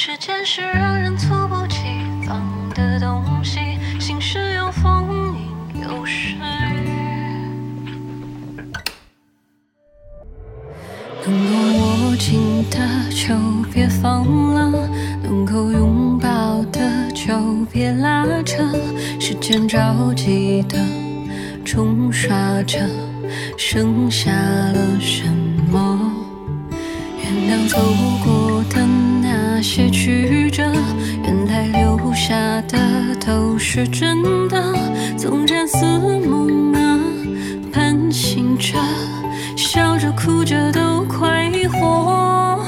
时间是让人猝不及防的东西，心事有风阴有时雨。能够握紧的就别放了，能够拥抱的就别拉着，时间着急的冲刷着，剩下了什么？原谅走过的那些曲折，原来留下的都是真的。纵然似梦啊，盼醒着，笑着哭着都快活。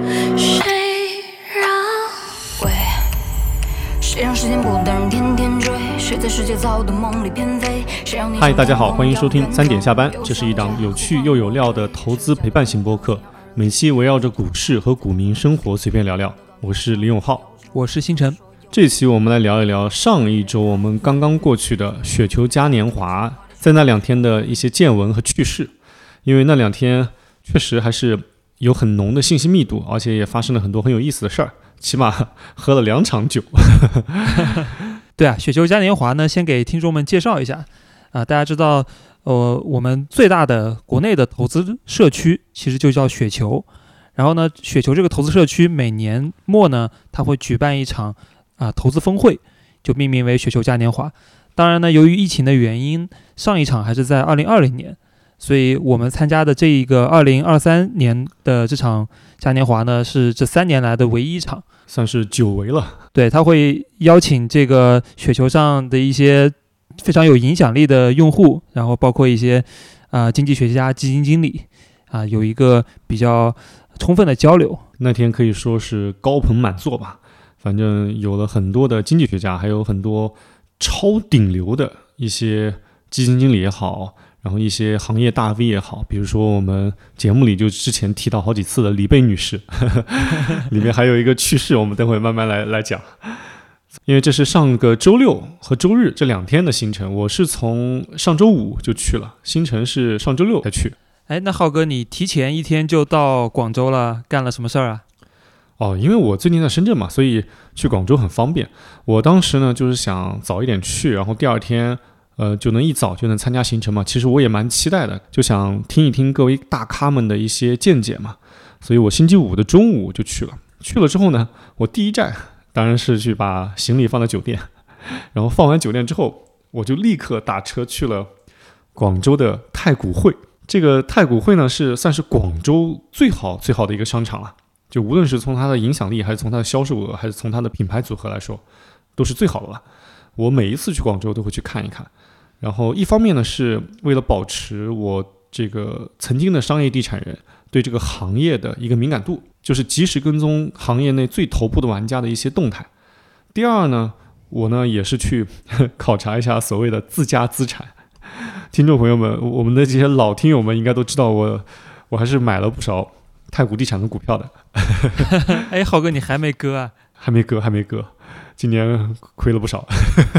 谁让时间不等人天天追？谁在世界造的梦里偏飞？谁让你？ 嗨，大家好，欢迎收听3点下班，这是一档有趣又有料的投资陪伴型播客，每期围绕着股市和股民生活随便聊聊。我是李永浩， 我是星辰。 这期我们来聊一聊上一周我们刚刚过去的雪球嘉年华，在那2天的一些见闻和趣事。因为那2天确实还是有很浓的信息密度，而且也发生了很多很有意思的事儿，起码喝了2场酒。 对啊，雪球嘉年华呢，先给听众们介绍一下大家知道我们最大的国内的投资社区其实就叫雪球。然后呢，雪球这个投资社区每年末呢，它会举办一场投资峰会，就命名为雪球嘉年华。当然呢，由于疫情的原因，上一场还是在2020年，所以我们参加的这一个2023年的这场嘉年华呢，是这3年来的唯一一场， 算是久违了。 对，他会邀请这个雪球上的一些非常有影响力的用户，然后包括一些经济学家、基金经理有一个比较充分的交流。 那天可以说是高朋满座吧，反正有了很多的经济学家，还有很多超顶流的一些基金经理也好，然后一些行业大 V 也好，比如说我们节目里就之前提到好几次的李贝女士里面还有一个趣事，我们等会慢慢来讲。因为这是上个周六和周日这2天的行程，我是从上周五就去了，星辰是上周六才去。 那浩哥，你提前1天就到广州了，干了什么事儿啊？ 因为我最近在深圳嘛，所以去广州很方便。我当时呢就是想早一点去，然后第2天就能一早就能参加行程嘛。其实我也蛮期待的，就想听一听各位大咖们的一些见解嘛。所以我星期五的中午就去了。去了之后呢，我第一站当然是去把行李放在酒店，然后放完酒店之后，我就立刻打车去了广州的太古汇。这个太古汇呢是算是广州最好的一个商场了，就无论是从它的影响力，还是从它的销售额，还是从它的品牌组合来说，都是最好的了。我每一次去广州都会去看一看。然后一方面呢是为了保持我这个曾经的商业地产人对这个行业的一个敏感度，就是及时跟踪行业内最头部的玩家的一些动态。第二呢，我呢也是去考察一下所谓的自家资产。听众朋友们，我们的这些老听友们应该都知道我还是买了不少太古地产的股票的。 浩哥，你还没割啊？ 还没割，今年亏了不少。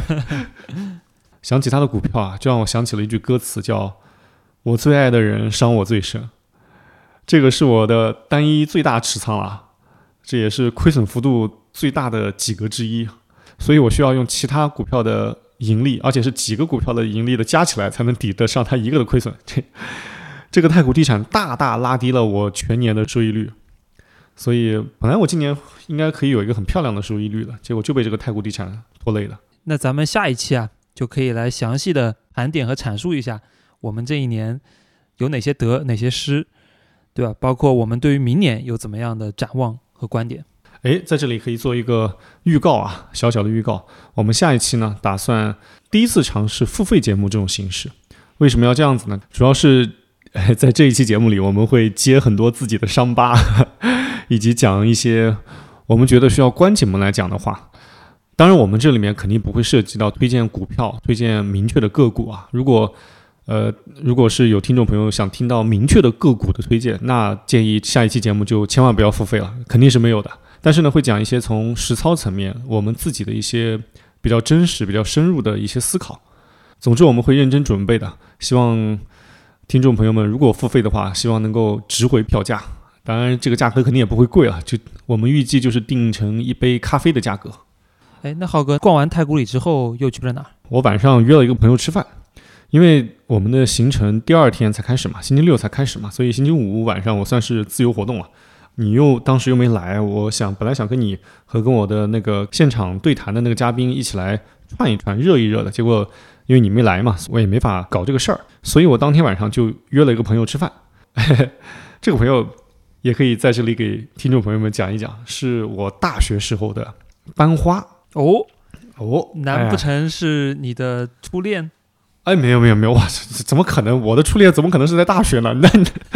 想起他的股票就让我想起了一句歌词，叫我最爱的人伤我最深。这个是我的单一最大持仓了，这也是亏损幅度最大的几个之一，所以我需要用其他股票的盈利，而且是几个股票的盈利的加起来才能抵得上它一个的亏损。这个太古地产大大拉低了我全年的收益率，所以本来我今年应该可以有一个很漂亮的收益率的，结果就被这个太古地产拖累了。 那咱们下一期就可以来详细的盘点和阐述一下我们这一年有哪些得哪些失，对吧？包括我们对于明年有怎么样的展望和观点。 在这里可以做一个预告小小的预告。我们下一期呢打算第一次尝试付费节目这种形式。为什么要这样子呢？主要是在这一期节目里，我们会揭很多自己的伤疤以及讲一些我们觉得需要关起门来讲的话。当然我们这里面肯定不会涉及到推荐股票，推荐明确的个股如果是有听众朋友想听到明确的个股的推荐，那建议下一期节目就千万不要付费了，肯定是没有的。但是呢，会讲一些从实操层面我们自己的一些比较真实比较深入的一些思考。总之我们会认真准备的，希望听众朋友们如果付费的话，希望能够值回票价， 当然这个价格肯定也不会贵了，就我们预计就是定成一杯咖啡的价格。 哎，那浩哥逛完太古里之后又去了哪儿？ 我晚上约了一个朋友吃饭，因为我们的行程第二天才开始嘛，星期六才开始嘛，所以星期五晚上我算是自由活动了。你当时又没来，本来想跟你和跟我的那个现场对谈的那个嘉宾一起来串一串、热一热的，结果因为你没来嘛，我也没法搞这个事儿，所以我当天晚上就约了一个朋友吃饭。这个朋友也可以在这里给听众朋友们讲一讲，是我大学时候的班花。难不成是你的初恋？哎，没有，哇，怎么可能？我的初恋怎么可能是在大学呢？那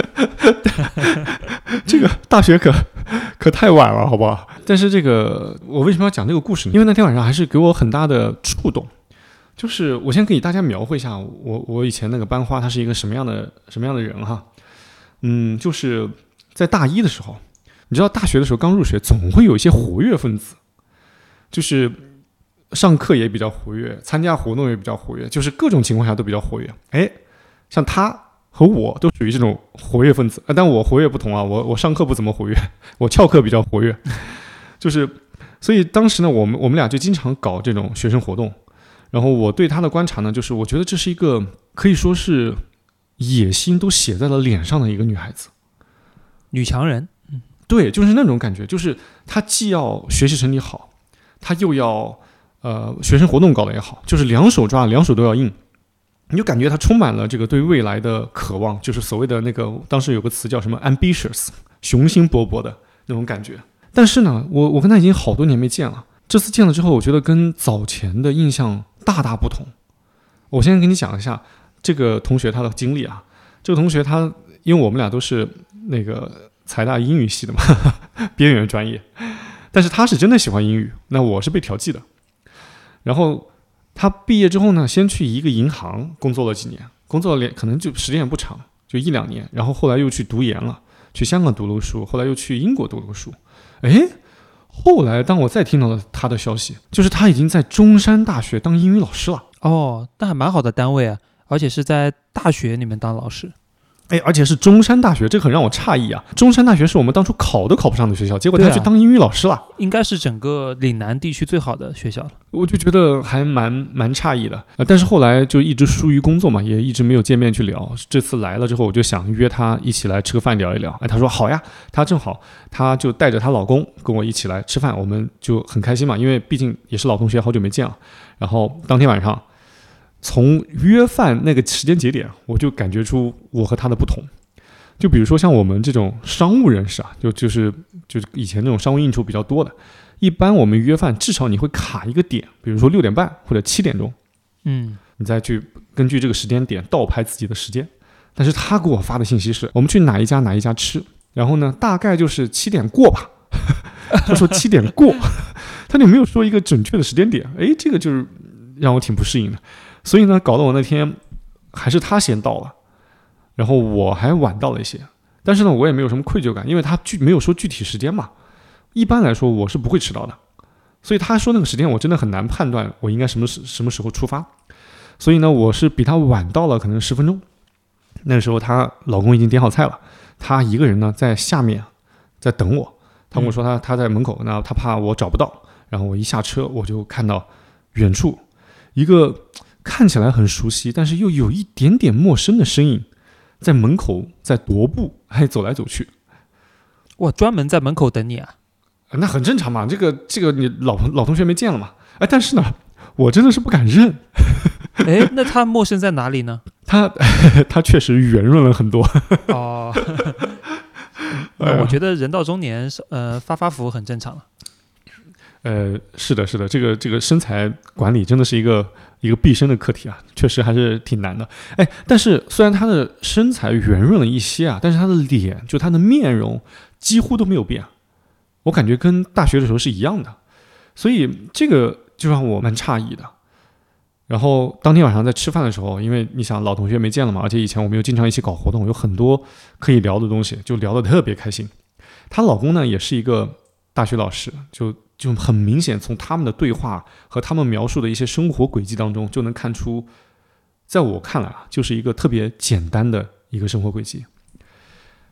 这个大学可太晚了，好不好？但是这个我为什么要讲这个故事呢？因为那天晚上还是给我很大的触动。就是我先给大家描绘一下我以前那个班花，她是一个什么样的人哈。就是在大一的时候，你知道大学的时候刚入学，总会有一些活跃分子。就是上课也比较活跃，参加活动也比较活跃，就是各种情况下都比较活跃。像他和我都属于这种活跃分子，但我活跃不同啊，我上课不怎么活跃，我翘课比较活跃。就是所以当时呢，我们俩就经常搞这种学生活动。然后我对他的观察呢，就是我觉得这是一个可以说是野心都写在了脸上的一个女孩子， 女强人。 对，就是那种感觉，就是她既要学习成绩好，她又要学生活动搞得也好，就是两手抓，两手都要硬。你就感觉她充满了这个对未来的渴望，就是所谓的那个当时有个词叫什么 ambitious， 雄心勃勃的那种感觉。但是呢，我跟她已经好多年没见了，这次见了之后，我觉得跟早前的印象大大不同。我先给你讲一下这个同学他的经历啊。这个同学他因为我们俩都是那个财大英语系的嘛，边缘专业，但是他是真的喜欢英语，那我是被调剂的。然后他毕业之后呢，先去一个银行工作了几年，工作了可能就时间也不长，就1-2年，然后后来又去读研了，去香港读了书，后来又去英国读了书。后来当我再听到了他的消息，就是他已经在中山大学当英语老师了。 那还蛮好的单位啊，而且是在大学里面当老师。 而且是中山大学，这个很让我诧异啊！中山大学是我们当初考都考不上的学校，结果他去当英语老师了。 应该是整个岭南地区最好的学校了。 我就觉得还蛮诧异的。但是后来就一直疏于工作嘛，也一直没有见面去聊。这次来了之后，我就想约他一起来吃个饭聊一聊。他说好呀，他正好他就带着她老公跟我一起来吃饭，我们就很开心嘛，因为毕竟也是老同学，好久没见了。然后当天晚上从约饭那个时间节点，我就感觉出我和他的不同。就比如说像我们这种商务人士啊，就是以前那种商务应酬比较多的，一般我们约饭至少你会卡一个点，比如说6点半或者7点钟，你再去根据这个时间点倒排自己的时间。但是他给我发的信息是我们去哪一家吃，然后呢大概就是7点过吧。他说7点过，他就没有说一个准确的时间点。这个就是让我挺不适应的。所以呢，搞得我那天还是他先到了，然后我还晚到了一些。但是呢，我也没有什么愧疚感，因为他没有说具体时间嘛。一般来说，我是不会迟到的。所以他说那个时间，我真的很难判断我应该什么时候出发。所以呢，我是比他晚到了可能10分钟。那个时候，她老公已经点好菜了，她一个人呢在下面在等我。他跟我说他在门口，那他怕我找不到。然后我一下车，我就看到远处一个看起来很熟悉，但是又有一点点陌生的身影，在门口在踱步，还走来走去。 哇，专门在门口等你啊？ 那很正常嘛，这个你老同学没见了嘛。但是呢，我真的是不敢认。 那他陌生在哪里呢？ 他确实圆润了很多。 我觉得人到中年，发福很正常了。 是的，这个身材管理真的是一个毕生的课题啊，确实还是挺难的。但是虽然他的身材圆润了一些啊，但是他的脸，就他的面容几乎都没有变，我感觉跟大学的时候是一样的，所以这个就让我蛮诧异的。然后当天晚上在吃饭的时候，因为你想老同学没见了嘛，而且以前我们又经常一起搞活动，有很多可以聊的东西，就聊得特别开心。她老公呢也是一个大学老师，就很明显从他们的对话和他们描述的一些生活轨迹当中，就能看出，在我看来啊，就是一个特别简单的一个生活轨迹。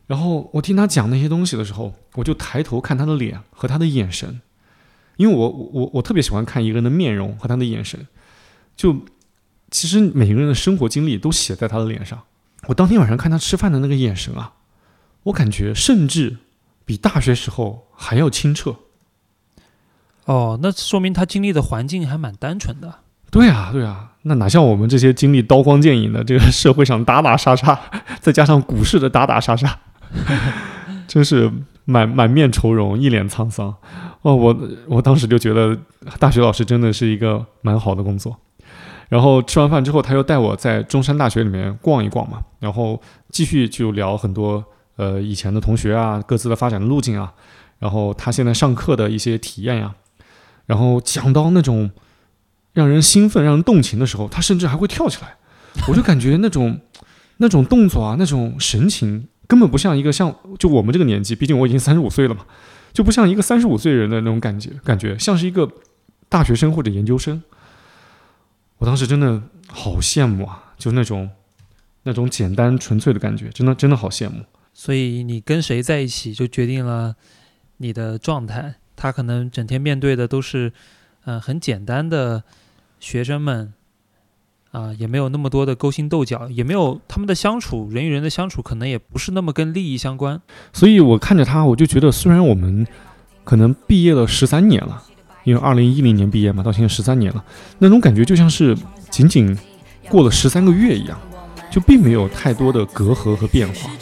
然后我听他讲那些东西的时候，我就抬头看他的脸和他的眼神，因为我特别喜欢看一个人的面容和他的眼神，就其实每个人的生活经历都写在他的脸上。我当天晚上看他吃饭的那个眼神啊，我感觉甚至比大学时候还要清澈。 哦，那说明他经历的环境还蛮单纯的。 对啊，对啊，那哪像我们这些经历刀光剑影的这个社会上打打杀杀，再加上股市的打打杀杀，真是满面愁容，一脸沧桑。哦，我当时就觉得大学老师真的是一个蛮好的工作。然后吃完饭之后，他又带我在中山大学里面逛一逛嘛，然后继续就聊很多以前的同学啊，各自的发展的路径啊，然后他现在上课的一些体验呀，然后讲到那种让人兴奋、让人动情的时候，他甚至还会跳起来。我就感觉那种动作啊，那种神情，根本不像一个就我们这个年纪，毕竟我已经35岁了嘛，就不像一个35岁人的那种感觉像是一个大学生或者研究生。我当时真的好羡慕啊，就那种简单纯粹的感觉，真的好羡慕。 所以你跟谁在一起，就决定了你的状态。他可能整天面对的都是很简单的学生们也没有那么多的勾心斗角，也没有他们的相处，人与人的相处可能也不是那么跟利益相关。 所以我看着他，我就觉得虽然我们可能毕业了13年了，因为2010年毕业嘛，到现在13年了，那种感觉就像是仅仅过了13个月一样，就并没有太多的隔阂和变化。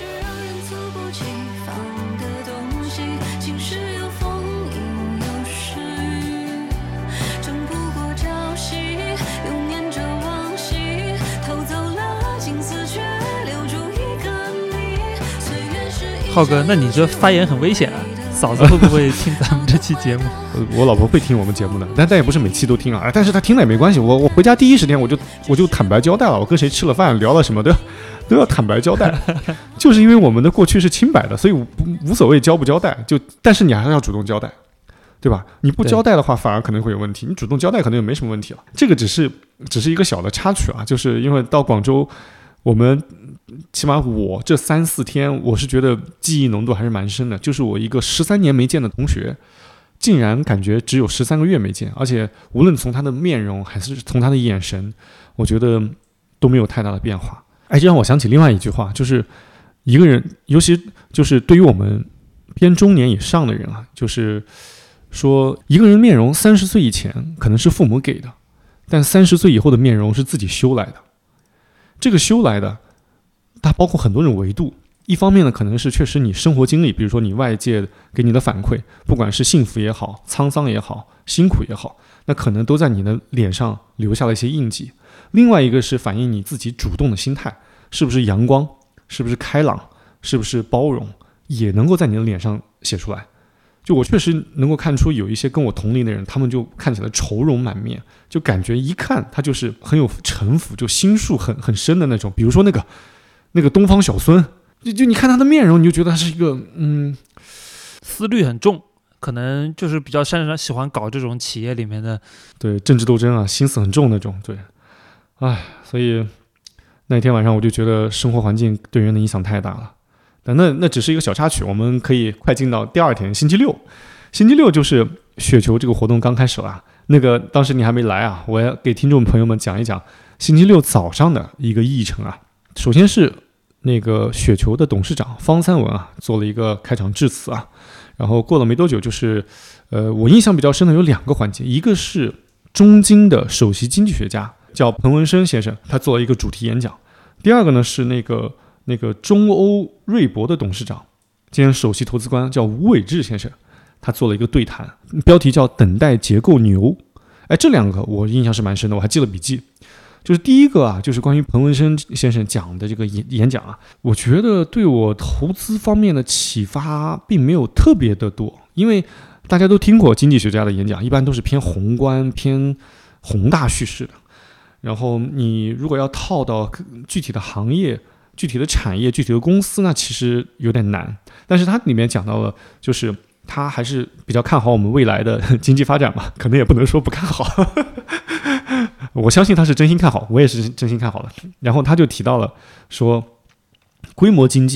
浩哥，那你这发言很危险啊！嫂子会不会听咱们这期节目？ 我老婆会听我们节目的，但也不是每期都听啊。但是她听了也没关系，我回家第一时间我就坦白交代了，我跟谁吃了饭，聊了什么都要坦白交代。就是因为我们的过去是清白的，所以无所谓交不交代，但是你还是要主动交代，对吧？你不交代的话，反而可能会有问题；你主动交代，可能也没什么问题了。这个只是一个小的插曲啊，就是因为到广州，我们起码我这3-4天，我是觉得记忆浓度还是蛮深的。就是我一个13年没见的同学，竟然感觉只有13个月没见，而且无论从他的面容还是从他的眼神，我觉得都没有太大的变化。哎，这让我想起另外一句话，就是一个人，尤其就是对于我们偏中年以上的人啊，就是说一个人面容30岁以前可能是父母给的，但30岁以后的面容是自己修来的。这个修来的，它包括很多种维度。一方面呢，可能是确实你生活经历，比如说你外界给你的反馈，不管是幸福也好，沧桑也好，辛苦也好，那可能都在你的脸上留下了一些印记。另外一个是反映你自己主动的心态，是不是阳光，是不是开朗，是不是包容，也能够在你的脸上写出来。就我确实能够看出有一些跟我同龄的人，他们就看起来愁容满面，就感觉一看他就是很有城府，就心术很深的那种。比如说那个东方小孙，就你看他的面容，你就觉得他是一个思虑很重，可能就是比较喜欢搞这种企业里面的对政治斗争啊，心思很重那种。对，所以那天晚上我就觉得生活环境对人的影响太大了。但那只是一个小插曲，我们可以快进到第二天，星期六。星期六就是雪球这个活动刚开始了。那个当时你还没来啊，我要给听众朋友们讲一讲星期六早上的一个议程啊。首先是那个雪球的董事长方三文啊，做了一个开场致辞啊。然后过了没多久，就是我印象比较深的有2个环节，一个是中经的首席经济学家叫彭文生先生，他做了一个主题演讲。第二个呢是那个中欧瑞博的董事长兼首席投资官叫吴伟志先生，他做了一个对谈，标题叫等待结构牛。这2个我印象是蛮深的，我还记了笔记。就是第一个啊，就是关于彭文生先生讲的这个演讲啊，我觉得对我投资方面的启发并没有特别的多，因为大家都听过经济学家的演讲，一般都是偏宏观、偏宏大叙事的。然后你如果要套到具体的行业、具体的产业、具体的公司，那其实有点难。但是它里面讲到了，就是他还是比较看好我们未来的经济发展嘛，可能也不能说不看好。我相信他是真心看好，我也是真心看好的。然后他就提到了说，规模经济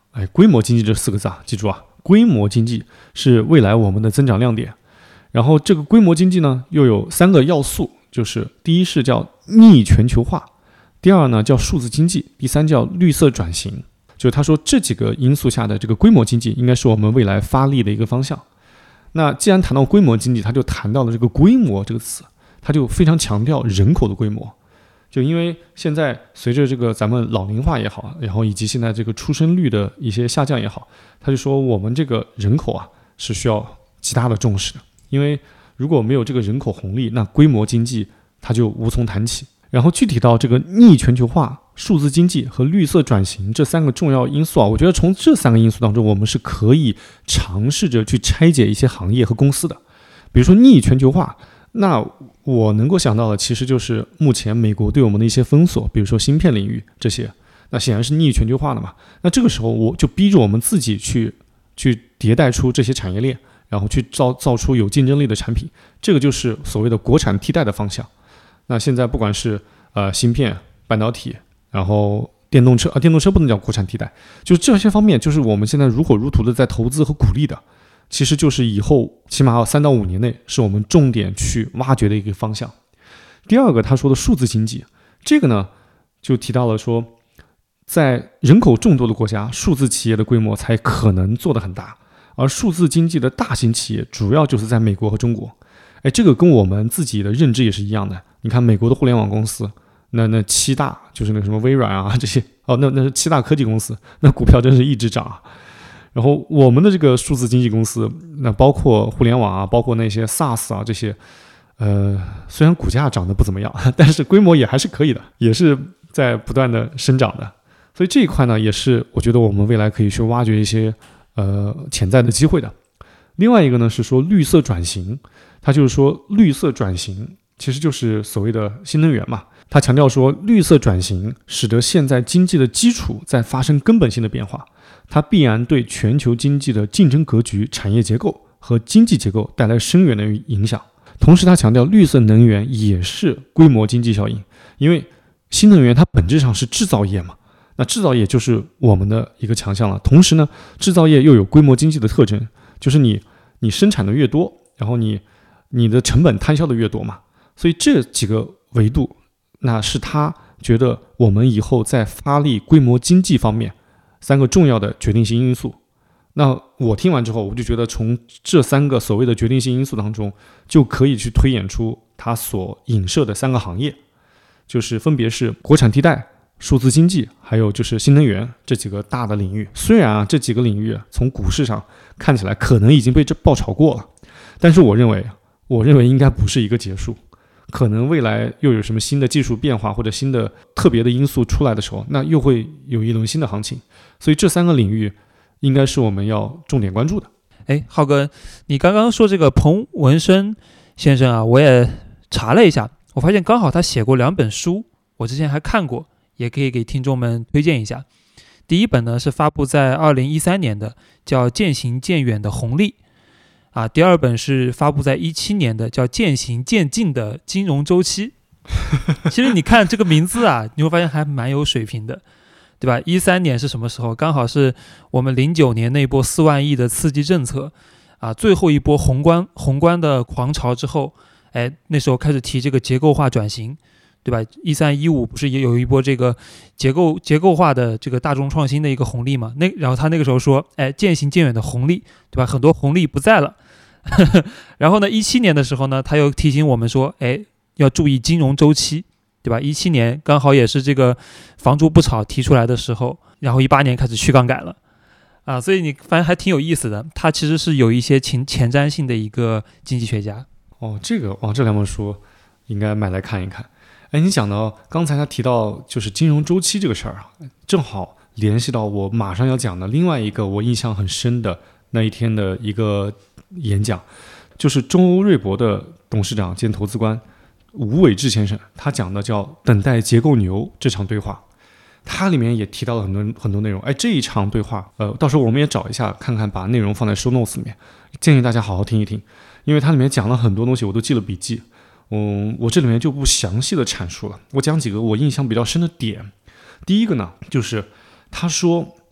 规模经济这4个字啊，记住啊，规模经济是未来我们的增长亮点。然后这个规模经济呢，又有3个要素，就是第一是叫逆全球化，第二呢叫数字经济，第三叫绿色转型。就是他说这几个因素下的这个规模经济应该是我们未来发力的一个方向。那既然谈到规模经济，他就谈到了这个规模这个词，他就非常强调人口的规模。就因为现在随着这个咱们老龄化也好，然后以及现在这个出生率的一些下降也好，他就说我们这个人口啊是需要极大的重视的。因为如果没有这个人口红利，那规模经济它就无从谈起。然后具体到这个逆全球化、数字经济和绿色转型这3个重要因素啊，我觉得从这3个因素当中，我们是可以尝试着去拆解一些行业和公司的。比如说逆全球化，那我能够想到的其实就是目前美国对我们的一些封锁，比如说芯片领域这些，那显然是逆全球化的嘛。那这个时候我就逼着我们自己去迭代出这些产业链，然后去造出有竞争力的产品，这个就是所谓的国产替代的方向。那现在不管是芯片、半导体，然后电动车电动车不能叫国产替代，就是这些方面，就是我们现在如火如荼的在投资和鼓励的，其实就是以后起码3到5年内是我们重点去挖掘的一个方向。第二个他说的数字经济，这个呢就提到了说，在人口众多的国家，数字企业的规模才可能做得很大，而数字经济的大型企业主要就是在美国和中国。这个跟我们自己的认知也是一样的。你看美国的互联网公司，那7大就是那个什么微软啊这些，那是7大科技公司，那股票真是一直涨啊。然后我们的这个数字经济公司，那包括互联网啊，包括那些 SaaS 啊这些，虽然股价涨得不怎么样，但是规模也还是可以的，也是在不断的生长的。所以这一块呢，也是我觉得我们未来可以去挖掘一些潜在的机会的。另外一个呢是说绿色转型，它就是说绿色转型其实就是所谓的新能源嘛。他强调说，绿色转型使得现在经济的基础在发生根本性的变化，它必然对全球经济的竞争格局、产业结构和经济结构带来深远的影响。同时他强调，绿色能源也是规模经济效应，因为新能源它本质上是制造业嘛，那制造业就是我们的一个强项了。同时呢，制造业又有规模经济的特征，就是你生产的越多，然后你的成本摊销的越多嘛。所以这几个维度，那是他觉得我们以后在发力规模经济方面3个重要的决定性因素。那我听完之后，我就觉得从这3个所谓的决定性因素当中，就可以去推演出他所影射的3个行业，就是分别是国产替代、数字经济，还有就是新能源这几个大的领域。虽然这几个领域从股市上看起来可能已经被爆炒过了，但是我认为应该不是一个结束。可能未来又有什么新的技术变化或者新的特别的因素出来的时候，那又会有一轮新的行情。所以这3个领域应该是我们要重点关注的。 浩哥，你刚刚说这个彭文生先生啊，我也查了一下，我发现刚好他写过2本书，我之前还看过，也可以给听众们推荐一下。第一本呢是发布在2013年的，叫《渐行渐远的红利》第二本是发布在2017年的，叫《渐行渐近的金融周期》。其实你看这个名字啊，你会发现还蛮有水平的，对吧？13年是什么时候？刚好是我们09年那波4万亿的刺激政策最后一波宏观的狂潮之后，那时候开始提这个结构化转型，对吧？13、15不是也有一波这个结构化的这个大众创新的一个红利嘛？然后他那个时候说，渐行渐远的红利，对吧？很多红利不在了。然后呢，17年的时候呢，他又提醒我们说，要注意金融周期，对吧？17年刚好也是这个房住不炒提出来的时候，然后18年开始去杠杆了所以你发现还挺有意思的，他其实是有一些前瞻性的一个经济学家。 这2本书应该买来看一看。你讲到刚才他提到就是金融周期这个事儿正好联系到我马上要讲的另外一个我印象很深的那一天的一个演讲，就是中欧瑞博的董事长兼投资官吴伟志先生，他讲的叫等待结构牛这场对话。它里面也提到了很多内容。这一场对话到时候我们也找一下看看，把内容放在 show notes 里面，建议大家好好听一听，因为它里面讲了很多东西我都记了笔记。我这里面就不详细的阐述了，我讲几个我印象比较深的点。第一个呢，就是他说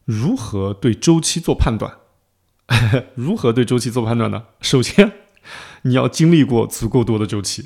如何对周期做判断？如何对周期做判断呢？首先，你要经历过足够多的周期，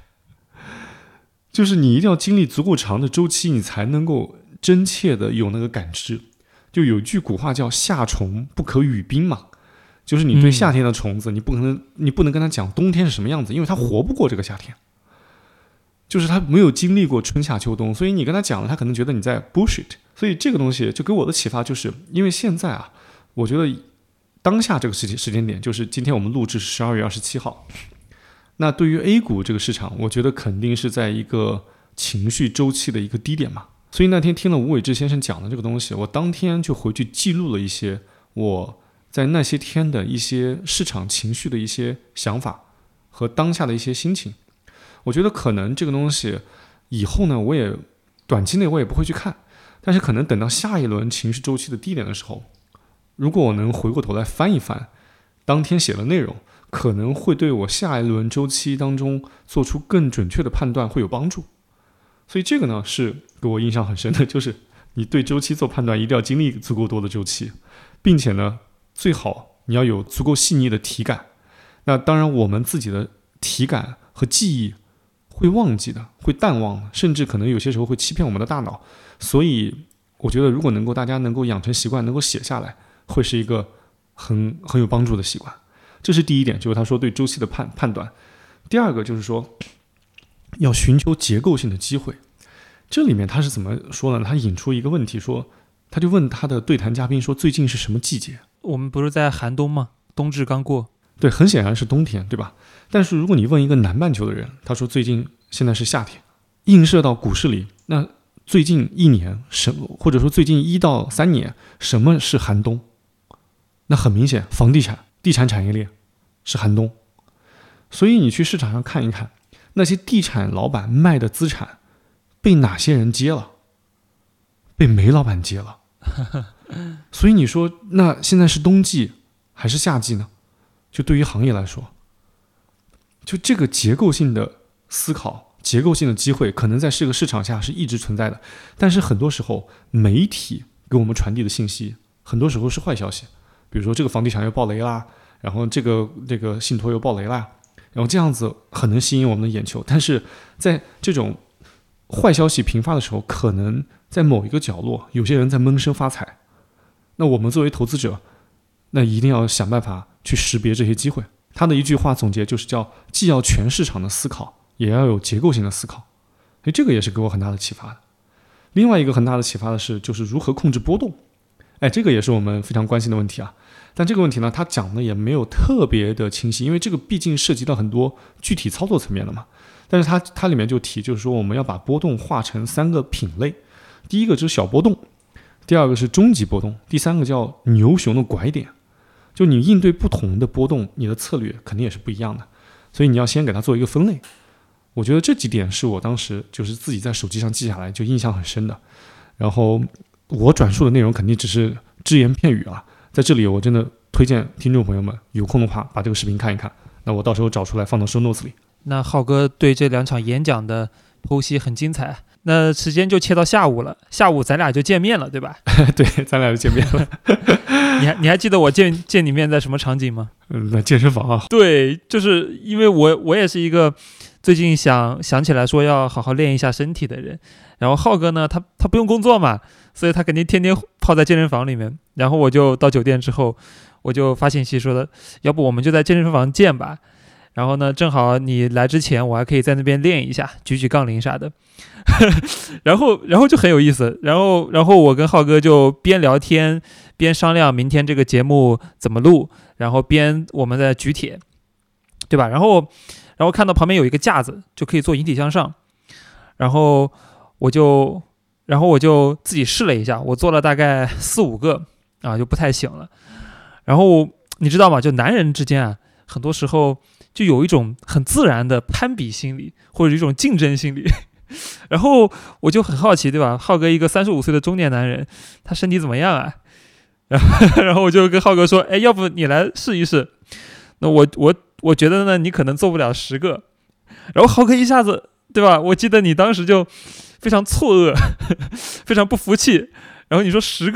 就是你一定要经历足够长的周期，你才能够真切的有那个感知。就有句古话叫夏虫不可语冰嘛，就是你对夏天的虫子，你不能跟他讲冬天是什么样子，因为他活不过这个夏天，就是他没有经历过春夏秋冬，所以你跟他讲了，他可能觉得你在 bullshit。所以这个东西就给我的启发就是，因为现在啊，我觉得当下这个时间点，就是今天我们录制是12月27号，那对于 A 股这个市场，我觉得肯定是在一个情绪周期的一个低点嘛。所以那天听了吴伟志先生讲的这个东西，我当天就回去记录了一些我在那些天的一些市场情绪的一些想法和当下的一些心情。我觉得可能这个东西以后呢，我也短期内我也不会去看，但是可能等到下一轮情绪周期的低点的时候，如果我能回过头来翻一翻当天写的内容，可能会对我下一轮周期当中做出更准确的判断会有帮助。所以这个呢是给我印象很深的，就是你对周期做判断一定要经历足够多的周期，并且呢最好你要有足够细腻的体感。那当然我们自己的体感和记忆会忘记的，会淡忘的，甚至可能有些时候会欺骗我们的大脑。所以我觉得如果大家能够养成习惯，能够写下来，会是一个很有帮助的习惯。这是第一点，就是他说对周期的判断。第二个就是说要寻求结构性的机会。这里面他是怎么说呢？他引出一个问题，说他就问他的对谈嘉宾说最近是什么季节？ 我们不是在寒冬吗？冬至刚过。 对，很显然是冬天，对吧？但是如果你问一个南半球的人，他说现在是夏天，映射到股市里，那最近1年或者说最近1到3年什么是寒冬？那很明显，房地产、地产产业链是寒冬。所以你去市场上看一看，那些地产老板卖的资产被哪些人接了？被煤老板接了。所以你说那现在是冬季还是夏季呢？就对于行业来说，就这个结构性的思考、结构性的机会可能在这个市场下是一直存在的，但是很多时候媒体给我们传递的信息很多时候是坏消息。比如说这个房地产又爆雷啦，然后这个信托又爆雷啦，然后这样子很能吸引我们的眼球，但是在这种坏消息频发的时候，可能在某一个角落有些人在闷声发财。那我们作为投资者，那一定要想办法去识别这些机会。他的一句话总结就是叫既要全市场的思考，也要有结构性的思考。这个也是给我很大的启发的。另外一个很大的启发的是，就是如何控制波动。这个也是我们非常关心的问题啊。但这个问题呢，他讲的也没有特别的清晰，因为这个毕竟涉及到很多具体操作层面的嘛。但是它里面就提，就是说我们要把波动划成3个品类。第一个就是小波动，第二个是中级波动，第三个叫牛熊的拐点。就你应对不同的波动，你的策略肯定也是不一样的，所以你要先给它做一个分类。我觉得这几点是我当时就是自己在手机上记下来就印象很深的。然后我转述的内容肯定只是只言片语啊，在这里我真的推荐听众朋友们有空的话把这个视频看一看，那我到时候找出来放到 show notes 里。 那浩哥对这2场演讲的剖析很精彩，那时间就切到下午了，下午咱俩就见面了，对吧？ 对，咱俩就见面了。 你还记得我见你面在什么场景吗？ 在健身房啊。 对，就是因为我也是一个最近想起来说要好好练一下身体的人，然后浩哥呢，他不用工作嘛，所以他肯定天天泡在健身房里面。然后我就到酒店之后，我就发信息说的，要不我们就在健身房见吧。然后呢，正好你来之前，我还可以在那边练一下，举杠铃啥的。然后就很有意思。然后我跟浩哥就边聊天边商量明天这个节目怎么录，然后边我们在举铁，对吧？然后看到旁边有一个架子，就可以做引体向上。然后我就自己试了一下，我做了大概4-5个啊，就不太行了。然后你知道吗？就男人之间啊，很多时候就有一种很自然的攀比心理，或者一种竞争心理。然后我就很好奇，对吧？浩哥一个35岁的中年男人，他身体怎么样啊？然后我就跟浩哥说，要不你来试一试？那我觉得呢，你可能做不了10个。然后浩哥一下子，对吧？我记得你当时就非常错愕，非常不服气。然后你说10个，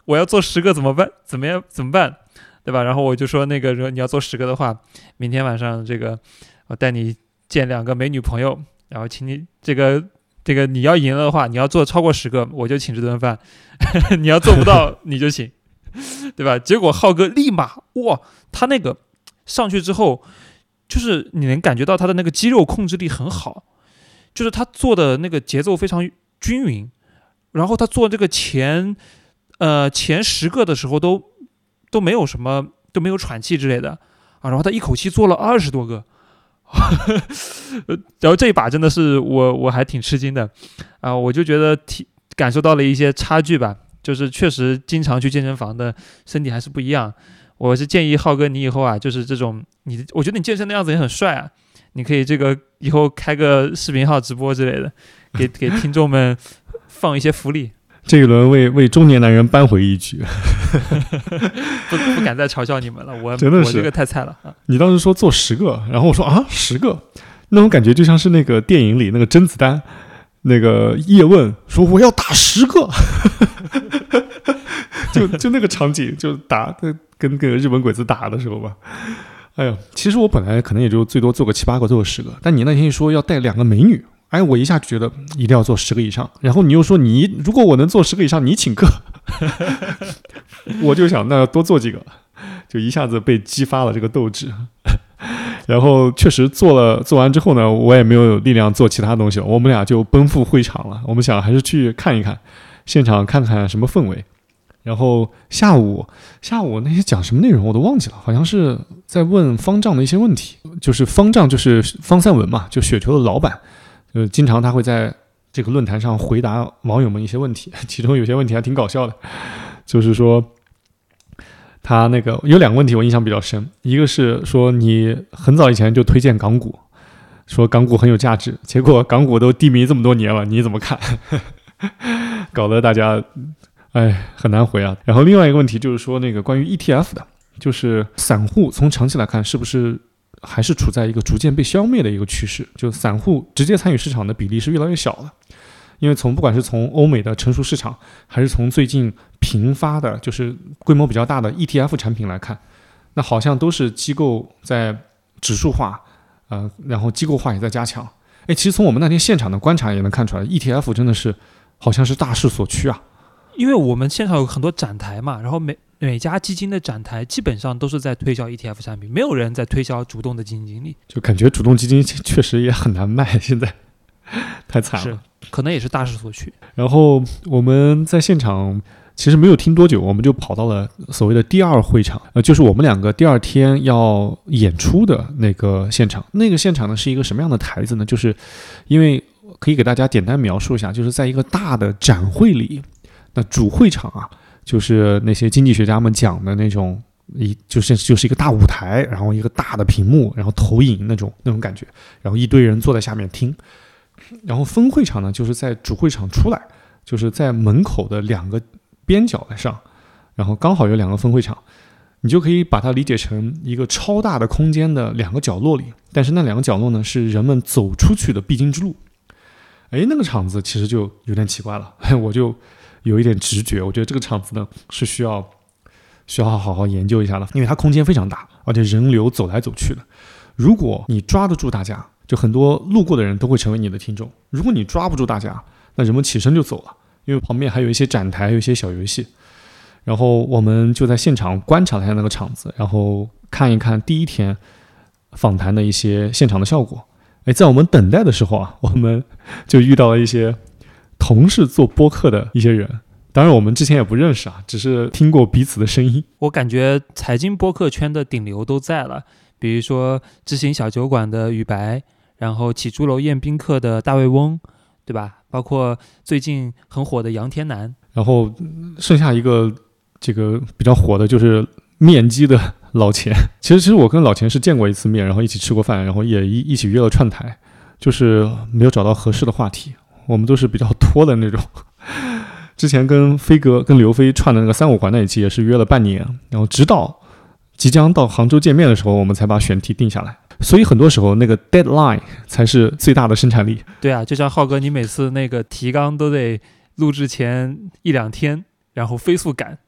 我要做10个怎么办？怎么办？对吧？然后我就说那个你要做10个的话，明天晚上这个我带你见2个美女朋友，然后请你这个你要赢了的话，你要做超过10个，我就请这顿饭。你要做不到你就请，对吧？结果浩哥立马哇，他那个上去之后，就是你能感觉到他的那个肌肉控制力很好，就是他做的那个节奏非常均匀，然后他做这个前10个的时候都没有什么，都没有喘气之类的啊，然后他一口气做了20多个。然后这一把真的是我还挺吃惊的啊，我就觉得感受到了一些差距吧，就是确实经常去健身房的身体还是不一样。我是建议浩哥你以后啊，就是这种我觉得你健身的样子也很帅啊，你可以这个以后开个视频号直播之类的，给听众们放一些福利。 这一轮为中年男人扳回一局。 不敢再嘲笑你们了， 真的是我这个太菜了。 你当时说做10个，然后我说啊10个，那种感觉就像是那个电影里那个甄子丹，那个叶问说我要打10个，就那个场景，就打跟个日本鬼子打的时候吧。哎呀，其实我本来可能也就最多做个7、8个，做个10个，但你那天一说要带2个美女。哎，我一下就觉得一定要做10个以上，然后你又说如果我能做10个以上，你请客，我就想那要多做几个，就一下子被激发了这个斗志。然后确实做完之后呢，我也没有力量做其他东西了，我们俩就奔赴会场了。我们想还是去看一看现场，看看什么氛围。然后下午那些讲什么内容我都忘记了，好像是在问方丈的一些问题，就是方丈就是方三文嘛，就雪球的老板。经常他会在这个论坛上回答网友们一些问题，其中有些问题还挺搞笑的，就是说他那个有2个问题我印象比较深，一个是说你很早以前就推荐港股，说港股很有价值，结果港股都低迷这么多年了，你怎么看？搞得大家很难回啊。然后另外一个问题就是说那个关于 ETF 的，就是散户从长期来看是不是还是处在一个逐渐被消灭的一个趋势，就散户直接参与市场的比例是越来越小的。因为不管是从欧美的成熟市场，还是从最近频发的就是规模比较大的 ETF 产品来看，那好像都是机构在指数化，然后机构化也在加强。其实从我们那天现场的观察也能看出来， ETF 真的是好像是大势所趋啊。 因为我们现场有很多展台嘛，然后每家基金的展台基本上都是在推销 ETF 产品，没有人在推销主动的基金经理， 就感觉主动基金确实也很难卖，现在太惨了， 是可能也是大势所趋。 然后我们在现场其实没有听多久，我们就跑到了所谓的第2会场，就是我们2个第2天要演出的那个现场。那个现场呢是一个什么样的台子呢？就是因为可以给大家简单描述一下，就是在一个大的展会里，那主会场啊，就是那些经济学家们讲的那种，就是一个大舞台，然后一个大的屏幕，然后投影那种感觉，然后一堆人坐在下面听。然后分会场呢，就是在主会场出来，就是在门口的2个边角上，然后刚好有2个分会场，你就可以把它理解成一个超大的空间的2个角落里，但是那2个角落呢是人们走出去的必经之路。那个场子其实就有点奇怪了，我就有一点直觉，我觉得这个场子呢是需要好好研究一下的，因为它空间非常大，而且人流走来走去的。如果你抓得住大家，就很多路过的人都会成为你的听众；如果你抓不住大家，那人们起身就走了，因为旁边还有一些展台，有一些小游戏。然后我们就在现场观察了一下那个场子，然后看一看第1天访谈的一些现场的效果。在我们等待的时候啊，我们就遇到了一些同是做播客的一些人，当然我们之前也不认识啊，只是听过彼此的声音。 我感觉财经播客圈的顶流都在了，比如说知行小酒馆的宇白，然后起朱楼宴宾客的大卫翁，对吧？包括最近很火的杨天南， 然后剩下一个这个比较火的就是面基的老钱。其实我跟老钱是见过一次面，然后一起吃过饭，然后也一起约了串台，就是没有找到合适的话题，我们都是比较拖的那种。之前跟飞哥跟刘飞串的那个3-5环那一期也是约了半年，然后直到即将到杭州见面的时候，我们才把选题定下来。所以很多时候那个 deadline 才是最大的生产力。 对啊，就像浩哥，你每次那个提纲都得录制前1-2天，然后飞速赶，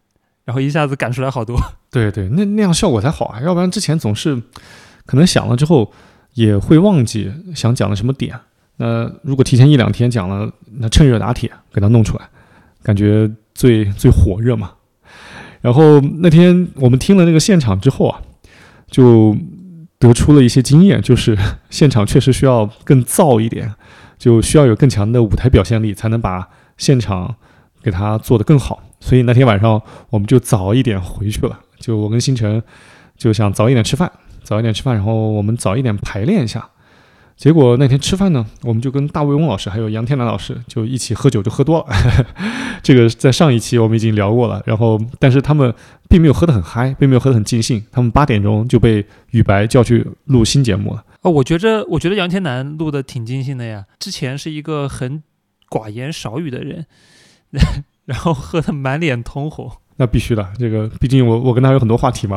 然后一下子赶出来好多。 对对，那样效果才好啊，要不然之前总是可能想了之后也会忘记想讲的什么点。那如果提前1-2天讲了，那趁热打铁给它弄出来，感觉最火热嘛。然后那天我们听了那个现场之后啊，就得出了一些经验，就是现场确实需要更燥一点，就需要有更强的舞台表现力，才能把现场给它做得更好。所以那天晚上我们就早一点回去了，就我跟星辰就想早一点吃饭，然后我们早一点排练一下。结果那天吃饭呢，我们就跟大卫翁老师还有杨天南老师就一起喝酒，就喝多了这个在上一期我们已经聊过了。然后但是他们并没有喝得很嗨，并没有喝得很尽兴，他们8点钟就被宇白叫去录新节目了。 我觉得杨天南录的挺尽兴的呀，之前是一个很寡言少语的人然后喝得满脸通红。 那必须的，这个毕竟我跟他有很多话题嘛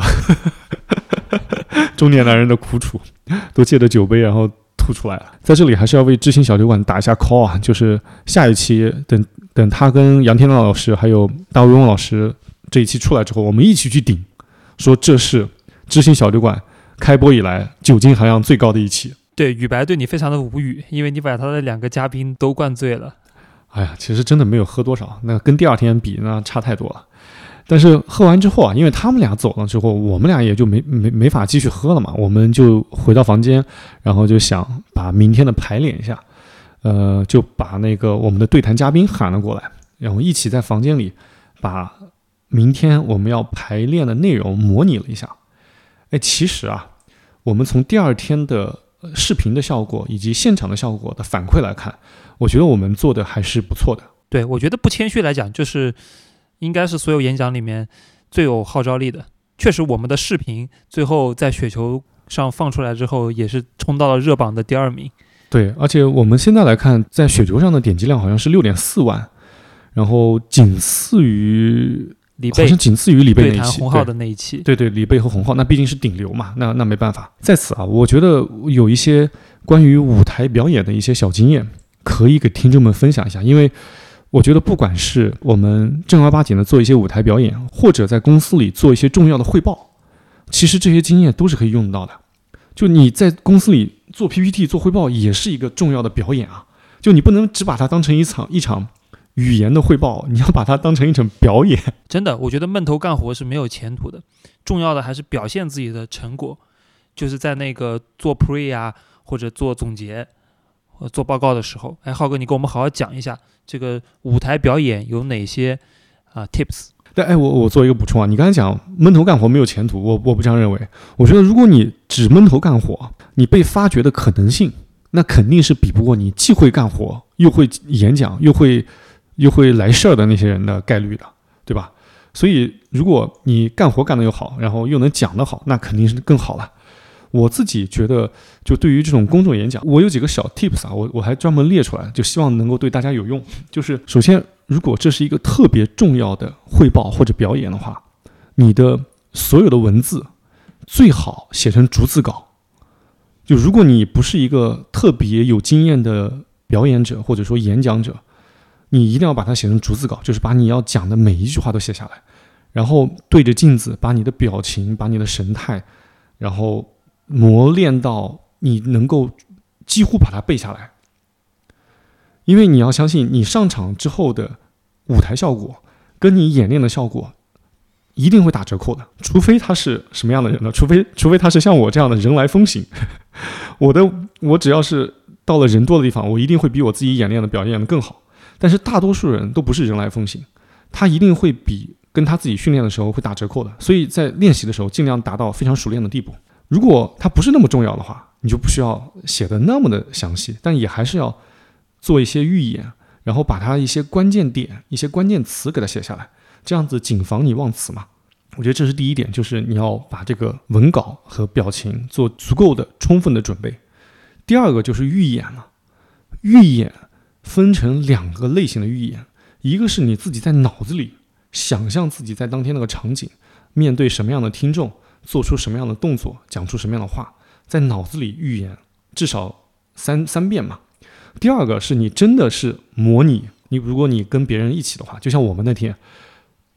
中年男人的苦楚都借着酒杯然后吐出来了。在这里还是要为知心小酒馆打一下 call 啊，就是下一期等他跟杨天南老师还有大卫翁老师这一期出来之后，我们一起去顶，说这是知心小酒馆开播以来酒精含量最高的一期。 对，宇白对你非常的无语，因为你把他的2个嘉宾都灌醉了。 哎呀，其实真的没有喝多少，那跟第2天比那差太多了。但是喝完之后啊，因为他们俩走了之后，我们俩也就没法继续喝了嘛，我们就回到房间，然后就想把明天的排练一下，就把那个我们的对谈嘉宾喊了过来，然后一起在房间里把明天我们要排练的内容模拟了一下。哎，其实啊，我们从第2天的视频的效果以及现场的效果的反馈来看，我觉得我们做的还是不错的。 对，我觉得不谦虚来讲，就是应该是所有演讲里面最有号召力的。确实我们的视频最后在雪球上放出来之后也是冲到了热榜的第2名。 对，而且我们现在来看，在雪球上的点击量好像是6.4万，然后仅次于李贝那一期， 洪浩的那一期。 对，李贝和洪浩那毕竟是顶流嘛，那没办法。在此啊，我觉得有一些关于舞台表演的一些小经验可以给听众们分享一下。因为我觉得不管是我们正儿八经的做一些舞台表演，或者在公司里做一些重要的汇报，其实这些经验都是可以用到的。就你在公司里做 PPT 做汇报也是一个重要的表演啊，就你不能只把它当成一场语言的汇报，你要把它当成一场表演。 真的，我觉得闷头干活是没有前途的，重要的还是表现自己的成果，就是在那个做 pre 啊，或者做总结做报告的时候。浩哥，你给我们好好讲一下这个舞台表演有哪些tips。 但我做一个补充啊，你刚才讲闷头干活没有前途，我不这样认为。我觉得如果你只闷头干活，你被发掘的可能性那肯定是比不过你既会干活又会演讲又会来事儿的那些人的概率的，对吧？所以如果你干活干得又好，然后又能讲得好，那肯定是更好了。我自己觉得就对于这种公众演讲，我有几个小 tips 啊，我还专门列出来，就希望能够对大家有用。就是首先，如果这是一个特别重要的汇报或者表演的话，你的所有的文字最好写成逐字稿。就如果你不是一个特别有经验的表演者或者说演讲者，你一定要把它写成逐字稿，就是把你要讲的每一句话都写下来，然后对着镜子把你的表情把你的神态然后磨练到你能够几乎把它背下来。因为你要相信你上场之后的舞台效果跟你演练的效果一定会打折扣的，除非他是什么样的人呢？除非他是像我这样的人来疯型我只要是到了人多的地方，我一定会比我自己演练的表现的更好。但是大多数人都不是人来疯型，他一定会比跟他自己训练的时候会打折扣的。所以在练习的时候尽量达到非常熟练的地步。如果它不是那么重要的话，你就不需要写的那么的详细，但也还是要做一些预演，然后把它一些关键点一些关键词给它写下来，这样子谨防你忘词嘛。我觉得这是第一点，就是你要把这个文稿和表情做足够的充分的准备。第二个就是预演了。预演分成2个类型的预演，一个是你自己在脑子里想象自己在当天那个场景面对什么样的听众，做出什么样的动作，讲出什么样的话，在脑子里预演至少三遍嘛。第二个是你真的是模拟，如果你跟别人一起的话，就像我们那天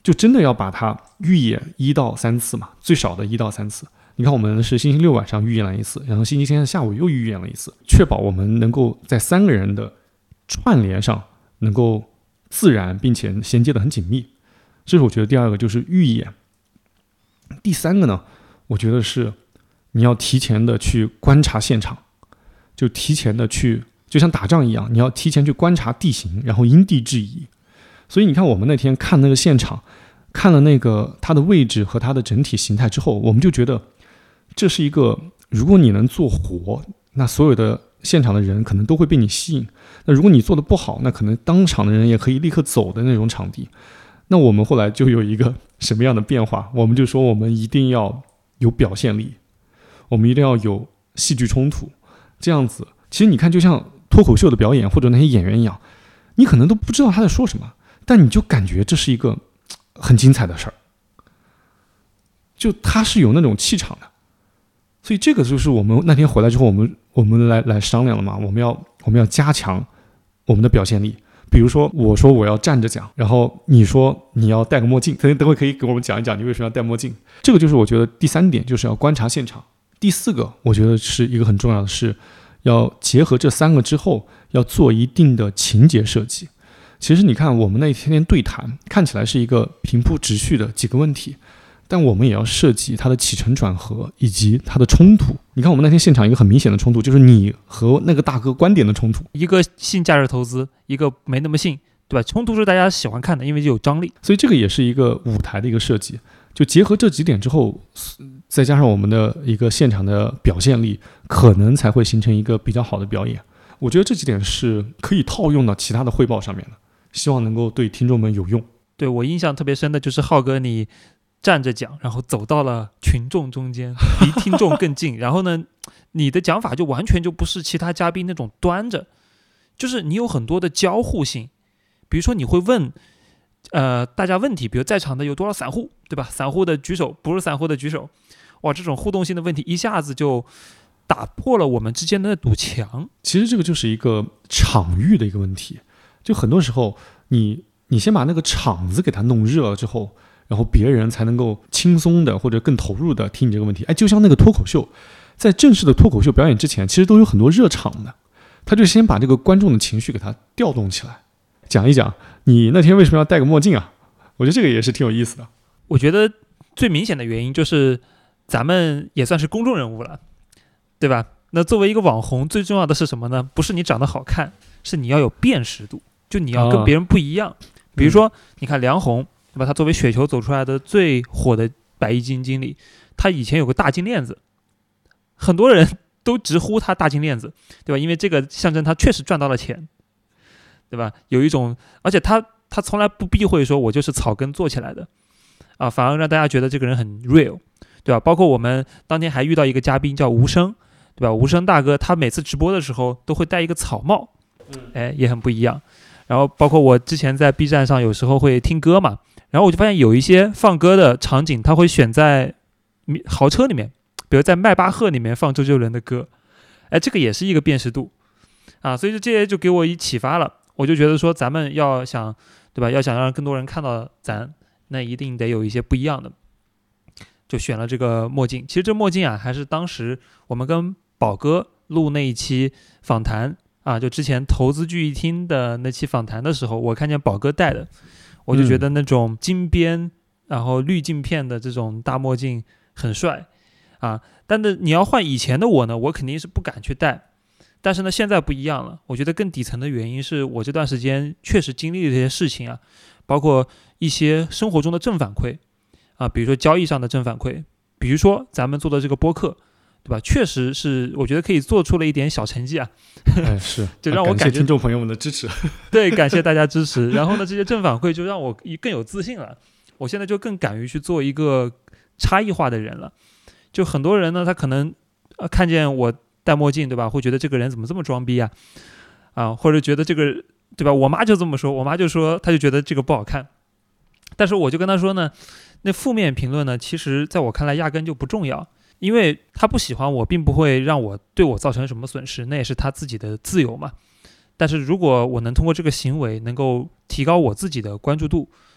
就真的要把它预演1到3次嘛，最少的1到3次。你看我们是星期六晚上预演了一次，然后星期天下午又预演了一次，确保我们能够在3个人的串联上能够自然并且衔接得很紧密。这是我觉得第二个，就是预演。第三个呢，我觉得是你要提前的去观察现场，就提前的去，就像打仗一样，你要提前去观察地形，然后因地制宜。所以你看我们那天看那个现场，看了那个它的位置和它的整体形态之后，我们就觉得这是一个，如果你能做活，那所有的现场的人可能都会被你吸引。那如果你做的不好，那可能当场的人也可以立刻走的那种场地。那我们后来就有一个什么样的变化？我们就说我们一定要有表现力，我们一定要有戏剧冲突，这样子。其实你看，就像脱口秀的表演或者那些演员一样，你可能都不知道他在说什么，但你就感觉这是一个很精彩的事儿，就他是有那种气场的。所以这个就是我们那天回来之后，我们来商量了嘛，我们要加强我们的表现力。比如说我说我要站着讲，然后你说你要戴个墨镜，等会可以给我们讲一讲你为什么要戴墨镜。这个就是我觉得第3点，就是要观察现场。第4个我觉得是一个很重要的，是要结合这3个之后要做一定的情节设计。其实你看我们那天对谈看起来是一个平铺直叙的几个问题，但我们也要设计它的起承转合以及它的冲突。你看我们那天现场一个很明显的冲突，就是你和那个大哥观点的冲突， 一个信价值投资，一个没那么信，对吧？冲突是大家喜欢看的，因为就有张力。 所以这个也是一个舞台的一个设计。就结合这几点之后，再加上我们的一个现场的表现力，可能才会形成一个比较好的表演。我觉得这几点是可以套用到其他的汇报上面的，希望能够对听众们有用。 对，我印象特别深的就是浩哥你站着讲，然后走到了群众中间，离听众更近。然后呢，你的讲法就完全就不是其他嘉宾那种端着，就是你有很多的交互性。比如说你会问大家问题，比如在场的有多少散户，对吧？散户的举手，不是散户的举手。哇，这种互动性的问题一下子就打破了我们之间的那堵墙。 其实这个就是一个场域的一个问题。就很多时候你先把那个场子给它弄热了之后，然后别人才能够轻松的或者更投入的听你这个问题。就像那个脱口秀，在正式的脱口秀表演之前，其实都有很多热场的，他就先把这个观众的情绪给他调动起来，讲一讲你那天为什么要戴个墨镜啊？我觉得这个也是挺有意思的。 我觉得最明显的原因就是咱们也算是公众人物了，对吧？那作为一个网红，最重要的是什么呢？不是你长得好看，是你要有辨识度，就你要跟别人不一样。比如说你看梁红，对吧？他作为雪球走出来的最火的百亿基金经理，他以前有个大金链子，很多人都直呼他大金链子，对吧？因为这个象征他确实赚到了钱，对吧？有一种，而且他从来不避讳说我就是草根做起来的啊，反而让大家觉得这个人很 real， 对吧？包括我们当天还遇到一个嘉宾叫吴声，对吧？吴声大哥他每次直播的时候都会戴一个草帽，也很不一样。然后包括我之前在 B 站上有时候会听歌嘛，然后我就发现有一些放歌的场景他会选在豪车里面，比如在迈巴赫里面放周杰伦的歌，这个也是一个辨识度啊，所以这些就给我一启发了。我就觉得说咱们要想，对吧？要想让更多人看到咱，那一定得有一些不一样的，就选了这个墨镜。其实这墨镜啊，还是当时我们跟宝哥录那一期访谈啊，就之前投资聚义厅的那期访谈的时候，我看见宝哥戴的，我就觉得那种金边然后滤镜片的这种大墨镜很帅啊。但是你要换以前的我呢，我肯定是不敢去戴。但是呢，现在不一样了。我觉得更底层的原因是我这段时间确实经历了这些事情啊，包括一些生活中的正反馈啊，比如说交易上的正反馈，比如说咱们做的这个播客，对吧？确实是我觉得可以做出了一点小成绩啊。 是， 就让我感觉感谢听众朋友们的支持。 对，感谢大家支持。然后呢，这些正反馈就让我更有自信了。我现在就更敢于去做一个差异化的人了。就很多人呢，他可能看见我戴墨镜，对吧？会觉得这个人怎么这么装逼啊，或者觉得这个，对吧？我妈就这么说，我妈就说，她就觉得这个不好看。但是我就跟她说呢，那负面评论呢，其实在我看来压根就不重要，因为她不喜欢我，并不会让我对我造成什么损失，那也是她自己的自由嘛。但是如果我能通过这个行为能够提高我自己的关注度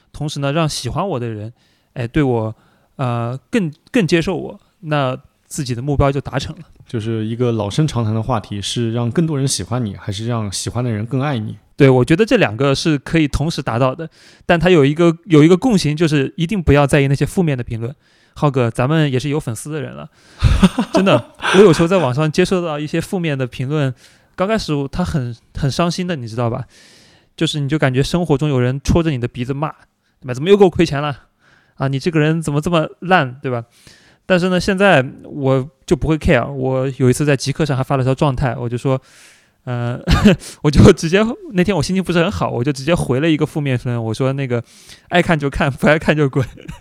同时呢让喜欢我的人对我更接受我，那自己的目标就达成了。 就是一个老生常谈的话题，是让更多人喜欢你，还是让喜欢的人更爱你？ 对，我觉得这两个是可以同时达到的，但它有一个共性，就是一定不要在意那些负面的评论。浩哥，咱们也是有粉丝的人了，真的，我有时候在网上接收到一些负面的评论，刚开始他很伤心的，你知道吧？就是你就感觉生活中有人戳着你的鼻子骂，对吧？怎么又给我亏钱了啊？你这个人怎么这么烂，对吧？但是呢，现在我就不会 care。我有一次在极客上还发了条状态，我就说，我就直接那天我心情不是很好，我就直接回了一个负面评论，我说那个爱看就看，不爱看就滚。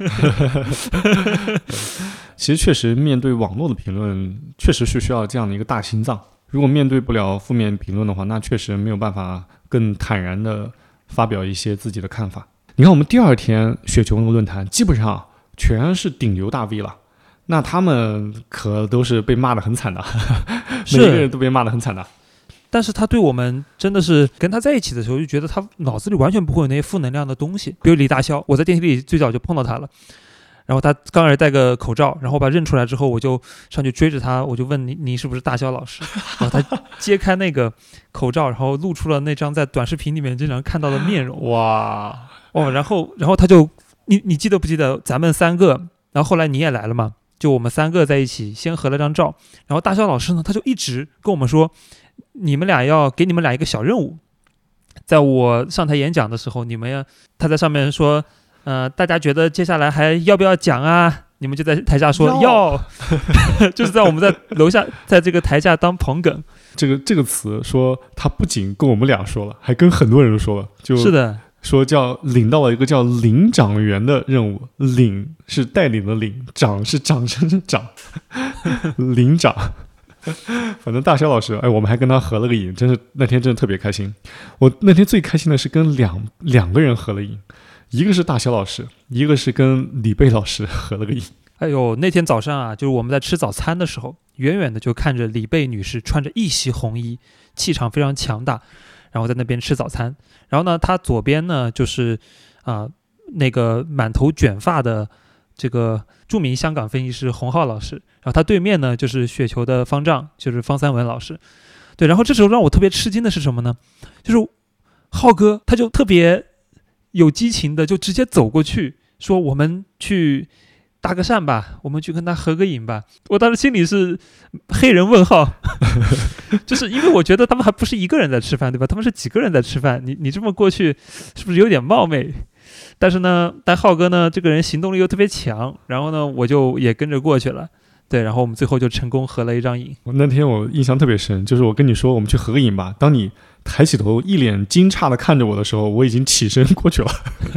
其实确实面对网络的评论，确实是需要这样的一个大心脏。如果面对不了负面评论的话，那确实没有办法更坦然的发表一些自己的看法。你看我们第二天雪球那个论坛，基本上全是顶流大 V 了。那他们可都是被骂得很惨的，每个人都被骂得很惨的。 但是他对我们真的是跟他在一起的时候，就觉得他脑子里完全不会有那些负能量的东西。比如李大霄，我在电梯里最早就碰到他了，然后他刚开始戴个口罩，然后把认出来之后，我就上去追着他，我就问你是不是大霄老师？然后他揭开那个口罩，然后露出了那张在短视频里面经常看到的面容。 哇哦，然后他就你记得不记得咱们三个？然后后来你也来了嘛？就我们三个在一起先合了张照，然后大霄老师呢，他就一直跟我们说，你们俩要给你们俩一个小任务，在我上台演讲的时候，他在上面说，大家觉得接下来还要不要讲啊？你们就在台下说要，就是在我们在楼下，在这个台下当捧哏。 这个词说，他不仅跟我们俩说了，还跟很多人都说了，就是的。 说叫领到了一个叫领长员的任务，领是带领的领，长是掌声的掌，领长。反正大肖老师，我们还跟他合了个影，那天真的特别开心。我那天最开心的是跟两个人合了影，一个是大肖老师，一个是跟李贝老师合了个影。 哎呦，那天早上啊，就是我们在吃早餐的时候，远远的就看着李贝女士穿着一袭红衣，气场非常强大，然后在那边吃早餐。然后呢，他左边呢就是那个满头卷发的这个著名香港分析师洪浩老师，然后他对面呢就是雪球的方丈，就是方三文老师。对，然后这时候让我特别吃惊的是什么呢？就是浩哥他就特别有激情的就直接走过去说，我们去搭个讪吧，我们去跟他合个影吧。我当时心里是黑人问号，就是因为我觉得他们还不是一个人在吃饭，对吧？他们是几个人在吃饭，你这么过去是不是有点冒昧？但是呢，浩哥呢这个人行动力又特别强，然后呢我就也跟着过去了。对，然后我们最后就成功合了一张影。 那天我印象特别深，就是我跟你说我们去合个影吧，当你抬起头一脸惊诧的看着我的时候，我已经起身过去了。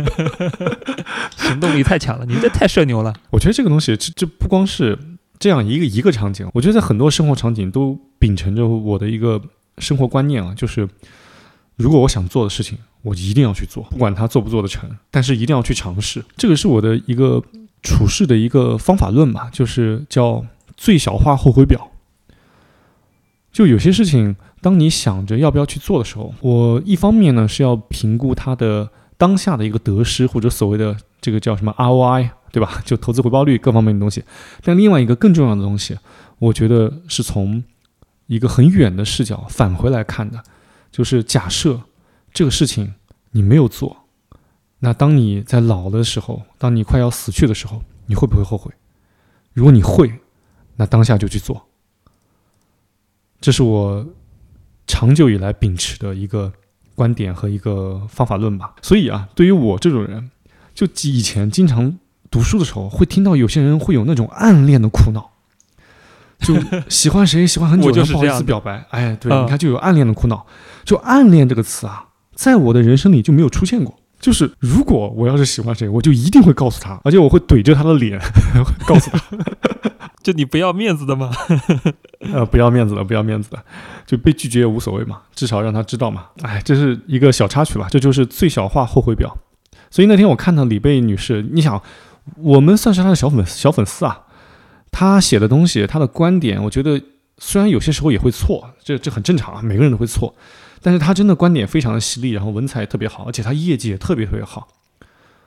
行动力太强了，你这太社牛了。 我觉得这个东西这不光是这样一个场景，我觉得在很多生活场景都秉承着我的一个生活观念啊，就是如果我想做的事情，我一定要去做，不管它做不做得成，但是一定要去尝试。这个是我的一个处事的一个方法论吧，就是叫最小化后悔表。就有些事情当你想着要不要去做的时候，我一方面呢是要评估它的当下的一个得失，或者所谓的这个叫什么 ROI， 对吧？就投资回报率各方面的东西。但另外一个更重要的东西，我觉得是从一个很远的视角返回来看的，就是假设这个事情你没有做，那当你在老的时候，当你快要死去的时候，你会不会后悔？如果你会，那当下就去做。这是我长久以来秉持的一个观点和一个方法论吧。所以啊，对于我这种人，就以前经常读书的时候，会听到有些人会有那种暗恋的苦恼，就喜欢谁喜欢很久，不好意思表白。哎，对，你看就有暗恋的苦恼。就暗恋这个词啊，在我的人生里就没有出现过。就是如果我要是喜欢谁，我就一定会告诉他，而且我会怼着他的脸告诉他。 就你不要面子的吗？ 不要面子的，不要面子的，就被拒绝也无所谓嘛，至少让他知道嘛。哎，这是一个小插曲了，这就是最小化后悔表。所以那天我看到李贝女士，你想，我们算是她的小粉丝啊，她写的东西，她的观点，我觉得虽然有些时候也会错，这很正常啊，每个人都会错，但是她真的观点非常的犀利，然后文采也特别好，而且她业绩也特别特别好。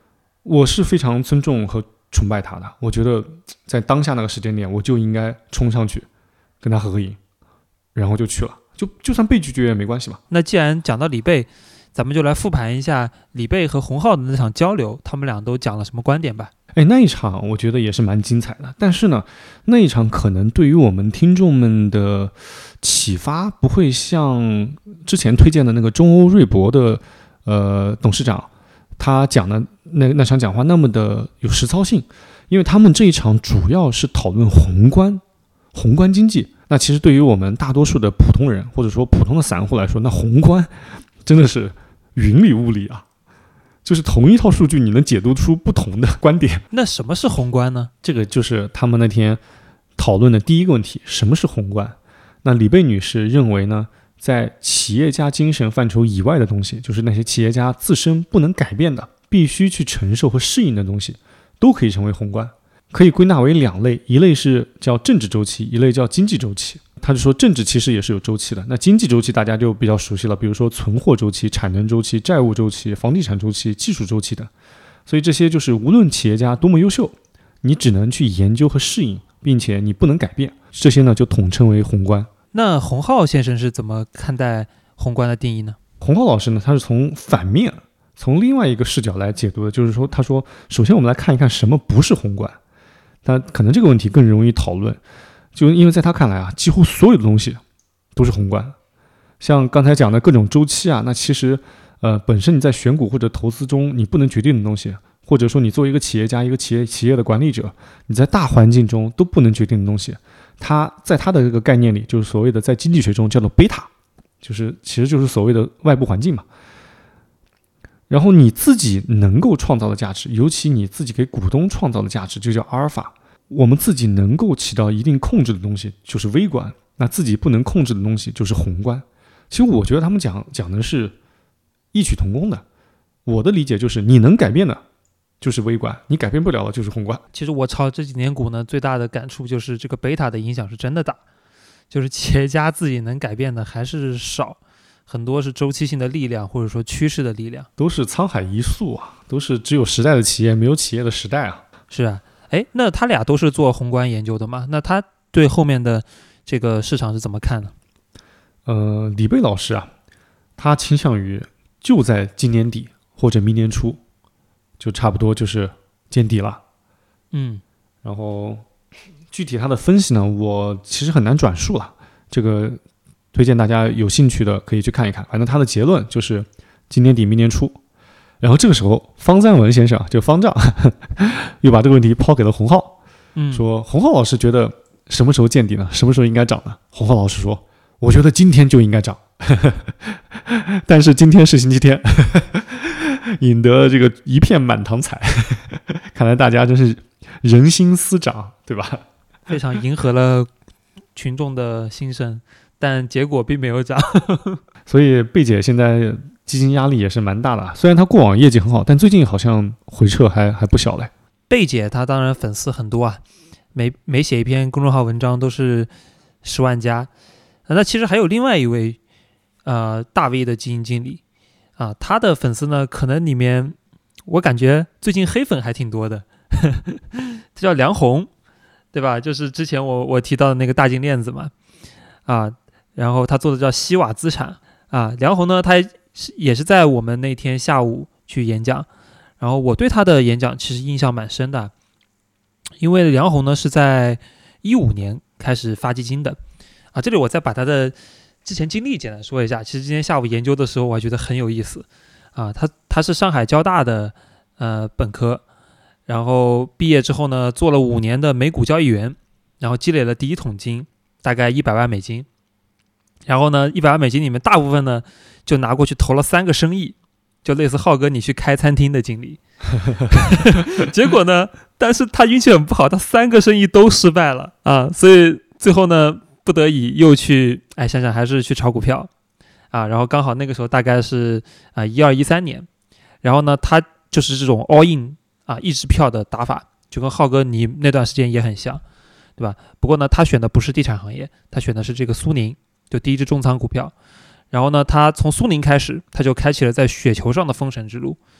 我是非常尊重和崇拜他的，我觉得在当下那个时间点，我就应该冲上去跟他合个影，然后就去了，就算被拒绝也没关系嘛。 那既然讲到李贝，咱们就来复盘一下李贝和洪浩的那场交流，他们俩都讲了什么观点吧。 那一场我觉得也是蛮精彩的，但是呢，那一场可能对于我们听众们的启发不会像之前推荐的那个中欧瑞博的董事长他讲的那场讲话那么的有实操性，因为他们这一场主要是讨论宏观经济。那其实对于我们大多数的普通人或者说普通的散户来说，那宏观真的是云里雾里啊，就是同一套数据你能解读出不同的观点。 那什么是宏观呢？ 这个就是他们那天讨论的第一个问题，什么是宏观？那李贝女士认为呢，在企业家精神范畴以外的东西，就是那些企业家自身不能改变的，必须去承受和适应的东西，都可以成为宏观。可以归纳为2类，一类是叫政治周期，一类叫经济周期。他就说政治其实也是有周期的，那经济周期大家就比较熟悉了，比如说存货周期、产能周期、债务周期、房地产周期、技术周期等。所以这些就是无论企业家多么优秀，你只能去研究和适应，并且你不能改变，这些呢就统称为宏观。 那洪浩先生是怎么看待宏观的定义呢？ 洪浩老师呢，他是从反面，从另外一个视角来解读的，就是说，他说，首先我们来看一看什么不是宏观，但可能这个问题更容易讨论，就因为在他看来啊，几乎所有的东西都是宏观，像刚才讲的各种周期啊，那其实本身你在选股或者投资中你不能决定的东西，或者说你作为一个企业家、一个企业的管理者，你在大环境中都不能决定的东西，它在他的这个概念里，就是所谓的在经济学中叫做贝塔，其实就是所谓的外部环境嘛。然后你自己能够创造的价值，尤其你自己给股东创造的价值，就叫阿尔法。我们自己能够起到一定控制的东西就是微观，那自己不能控制的东西就是宏观。其实我觉得他们讲的是异曲同工的。我的理解就是你能改变的就是微观，你改变不了的就是宏观。 其实我炒这几年股呢，最大的感触就是这个贝塔的影响是真的大，就是企业家自己能改变的还是少，很多是周期性的力量或者说趋势的力量， 都是沧海一粟啊，都是只有时代的企业，没有企业的时代啊。 是啊，那他俩都是做宏观研究的嘛？那他对后面的这个市场是怎么看呢？ 李贝老师啊，他倾向于就在今年底或者明年初，就差不多就是见底了。然后具体他的分析呢，我其实很难转述了，这个推荐大家有兴趣的可以去看一看。反正他的结论就是今年底明年初。然后这个时候方占文先生就方丈又把这个问题抛给了洪浩，说洪浩老师觉得什么时候见底呢？什么时候应该涨呢？洪浩老师说，我觉得今天就应该涨但是今天是星期天引得这个一片满堂彩看来大家真是人心思涨，对吧？ 非常迎合了群众的心声，但结果并没有涨所以贝姐现在基金压力也是蛮大的，虽然她过往业绩很好，但最近好像回撤还不小嘞。 贝姐她当然粉丝很多啊，每写一篇公众号文章都是10万加。那其实还有另外一位大 V 的基金经理啊，他的粉丝呢，可能里面我感觉最近黑粉还挺多的他叫梁红，对吧？就是之前我提到的那个大金链子嘛，然后他做的叫西瓦资产啊。梁红呢，他也是在我们那天下午去演讲，然后我对他的演讲其实印象蛮深的，因为梁红呢是在15年开始发基金的啊。这里我再把他的之前经历简单说一下，其实今天下午研究的时候我还觉得很有意思啊。他是上海交大的本科，然后毕业之后呢做了5年的美股交易员，然后积累了第一桶金，大概100万美金。然后呢100万美金里面大部分呢就拿过去投了3个生意，就类似浩哥你去开餐厅的经历结果呢，但是他运气很不好，他3个生意都失败了啊，所以最后呢不得已又去想想还是去炒股票啊。然后刚好那个时候大概是12、13年，然后呢他就是这种 all in 一支票的打法，就跟浩哥你那段时间也很像，对吧？不过呢他选的不是地产行业，他选的是这个苏宁，就第一支重仓股票。然后呢他从苏宁开始，他就开启了在雪球上的封神之路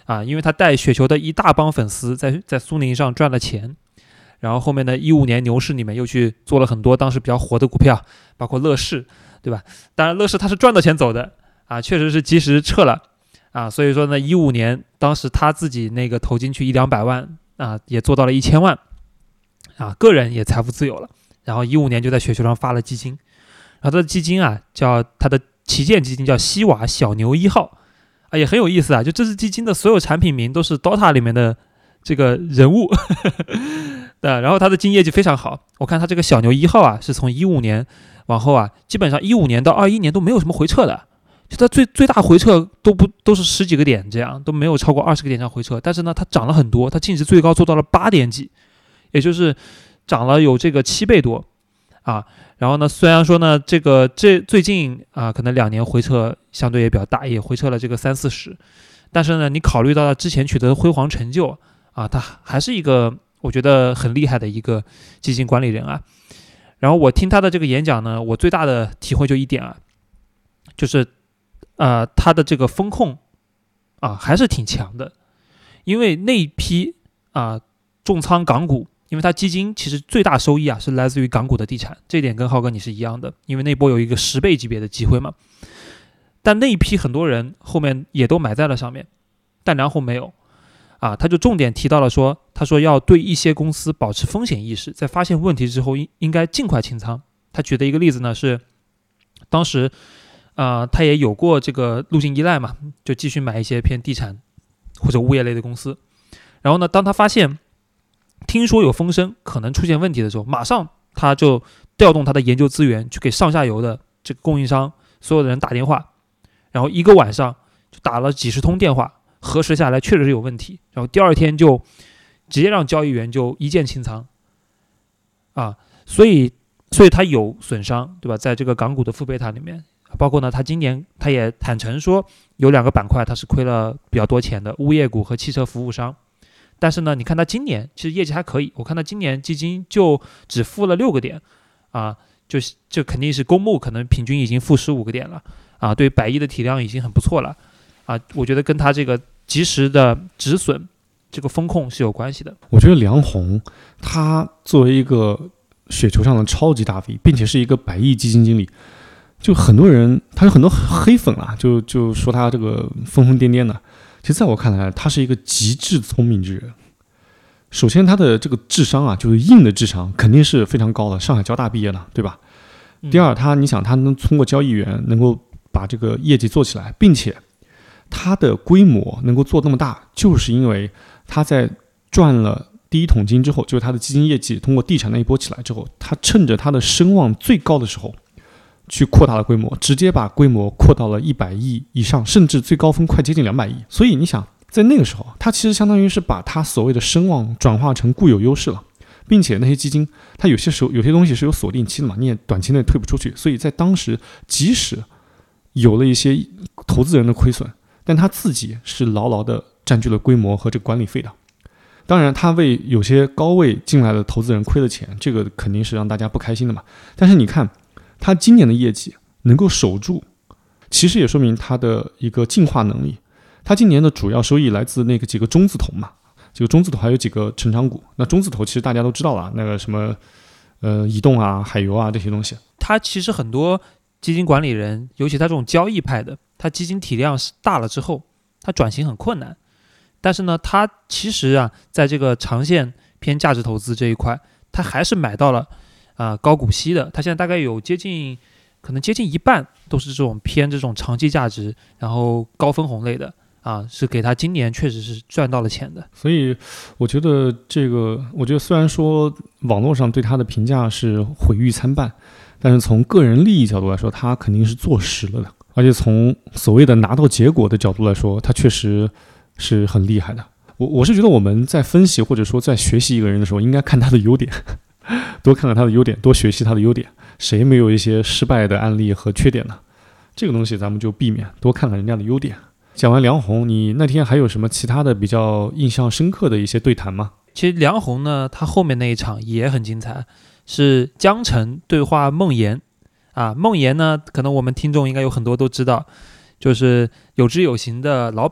因为他带雪球的一大帮粉丝在苏宁上赚了钱，然后后面呢15年牛市里面又去做了很多当时比较火的股票，包括乐视，对吧？当然乐视他是赚到钱走的确实是及时撤了所以说呢15年当时他自己那个投进去100-200万也做到了1000万个人也财富自由了。然后15年就在雪球上发了基金，然后他的基金叫他的旗舰基金叫西瓦小牛1号也很有意思就这支基金的所有产品名都是 DOTA 里面的这个人物对，然后他的经营业绩非常好，我看他这个小牛1号是从15年往后基本上15年到21年都没有什么回撤的，就它最大回撤都是10几个点，这样都没有超过20个点上回撤，但是呢它涨了很多，它净值最高做到了8点几，也就是涨了有这个7倍多然后呢虽然说呢这最近可能2年回撤相对也比较大，也回撤了这个30-40%，但是呢你考虑到他之前取得的辉煌成就他还是一个我觉得很厉害的一个基金管理人然后我听他的这个演讲呢，我最大的体会就一点就是他的这个风控还是挺强的，因为那一批重仓港股，因为他基金其实最大收益是来自于港股的地产，这一点跟浩哥你是一样的，因为那波有一个10倍级别的机会嘛。但那一批很多人后面也都买在了上面，但梁红没有他就重点提到了他说要对一些公司保持风险意识，在发现问题之后应该尽快清仓。他举的一个例子呢是当时他也有过这个路径依赖嘛，就继续买一些偏地产或者物业类的公司，然后呢当他听说有风声可能出现问题的时候，马上他就调动他的研究资源去给上下游的这个供应商所有的人打电话，然后一个晚上就打了几十通电话，核实下来确实是有问题，然后第二天就直接让交易员就一键清仓所以他有损伤，对吧？在这个港股的富贝塔里面，包括呢他今年他也坦诚说有2个板块他是亏了比较多钱的，物业股和汽车服务商。但是呢你看他今年其实业绩还可以，我看他今年基金就只负了6个点就肯定是公募可能平均已经负15个点了对100亿的体量已经很不错了我觉得跟他这个及时的止损这个风控是有关系的。 我觉得梁红他作为一个雪球上的超级大 V， 并且是一个100亿基金经理，就很多人他有很多黑粉就说他这个疯疯癫癫的。其实在我看来他是一个极致聪明之人。首先他的这个智商就是硬的智商肯定是非常高的，上海交大毕业的，对吧？第二你想他能通过交易员能够把这个业绩做起来，并且他的规模能够做那么大，就是因为他在赚了第一桶金之后，就是他的基金业绩通过地产那一波起来之后，他趁着他的声望最高的时候去扩大了规模，直接把规模扩到了100亿以上，甚至最高峰快接近200亿。所以你想在那个时候他其实相当于是把他所谓的声望转化成固有优势了，并且那些基金它有些时候有些东西是有锁定期的嘛，你也短期内退不出去，所以在当时即使有了一些投资人的亏损，但他自己是牢牢的占据了规模和这个管理费的。当然他为有些高位进来的投资人亏了钱，这个肯定是让大家不开心的嘛。但是你看他今年的业绩能够守住，其实也说明他的一个进化能力。他今年的主要收益来自那个几个中字头嘛，这个中字头还有几个成长股。那中字头其实大家都知道了，那个什么移动海油这些东西。 他其实很多基金管理人，尤其他这种交易派的，他基金体量大了之后，他转型很困难。但是呢，他其实在这个长线偏价值投资这一块，他还是买到了高股息的。他现在大概有可能接近一半都是这种偏这种长期价值，然后高分红类的是给他今年确实是赚到了钱的。 所以我觉得虽然说网络上对他的评价是毁誉参半，但是从个人利益角度来说，他肯定是坐实了的。而且从所谓的拿到结果的角度来说，他确实是很厉害的。我是觉得我们在分析或者说在学习一个人的时候，应该看他的优点，多看看他的优点，多学习他的优点。谁没有一些失败的案例和缺点呢？这个东西咱们就避免，多看看人家的优点。讲完梁红，你那天还有什么其他的比较印象深刻的一些对谈吗？ 其实梁红呢，他后面那一场也很精彩，是江澄对话孟岩孟岩呢，可能我们听众应该有很多都知道，就是有知有行的老板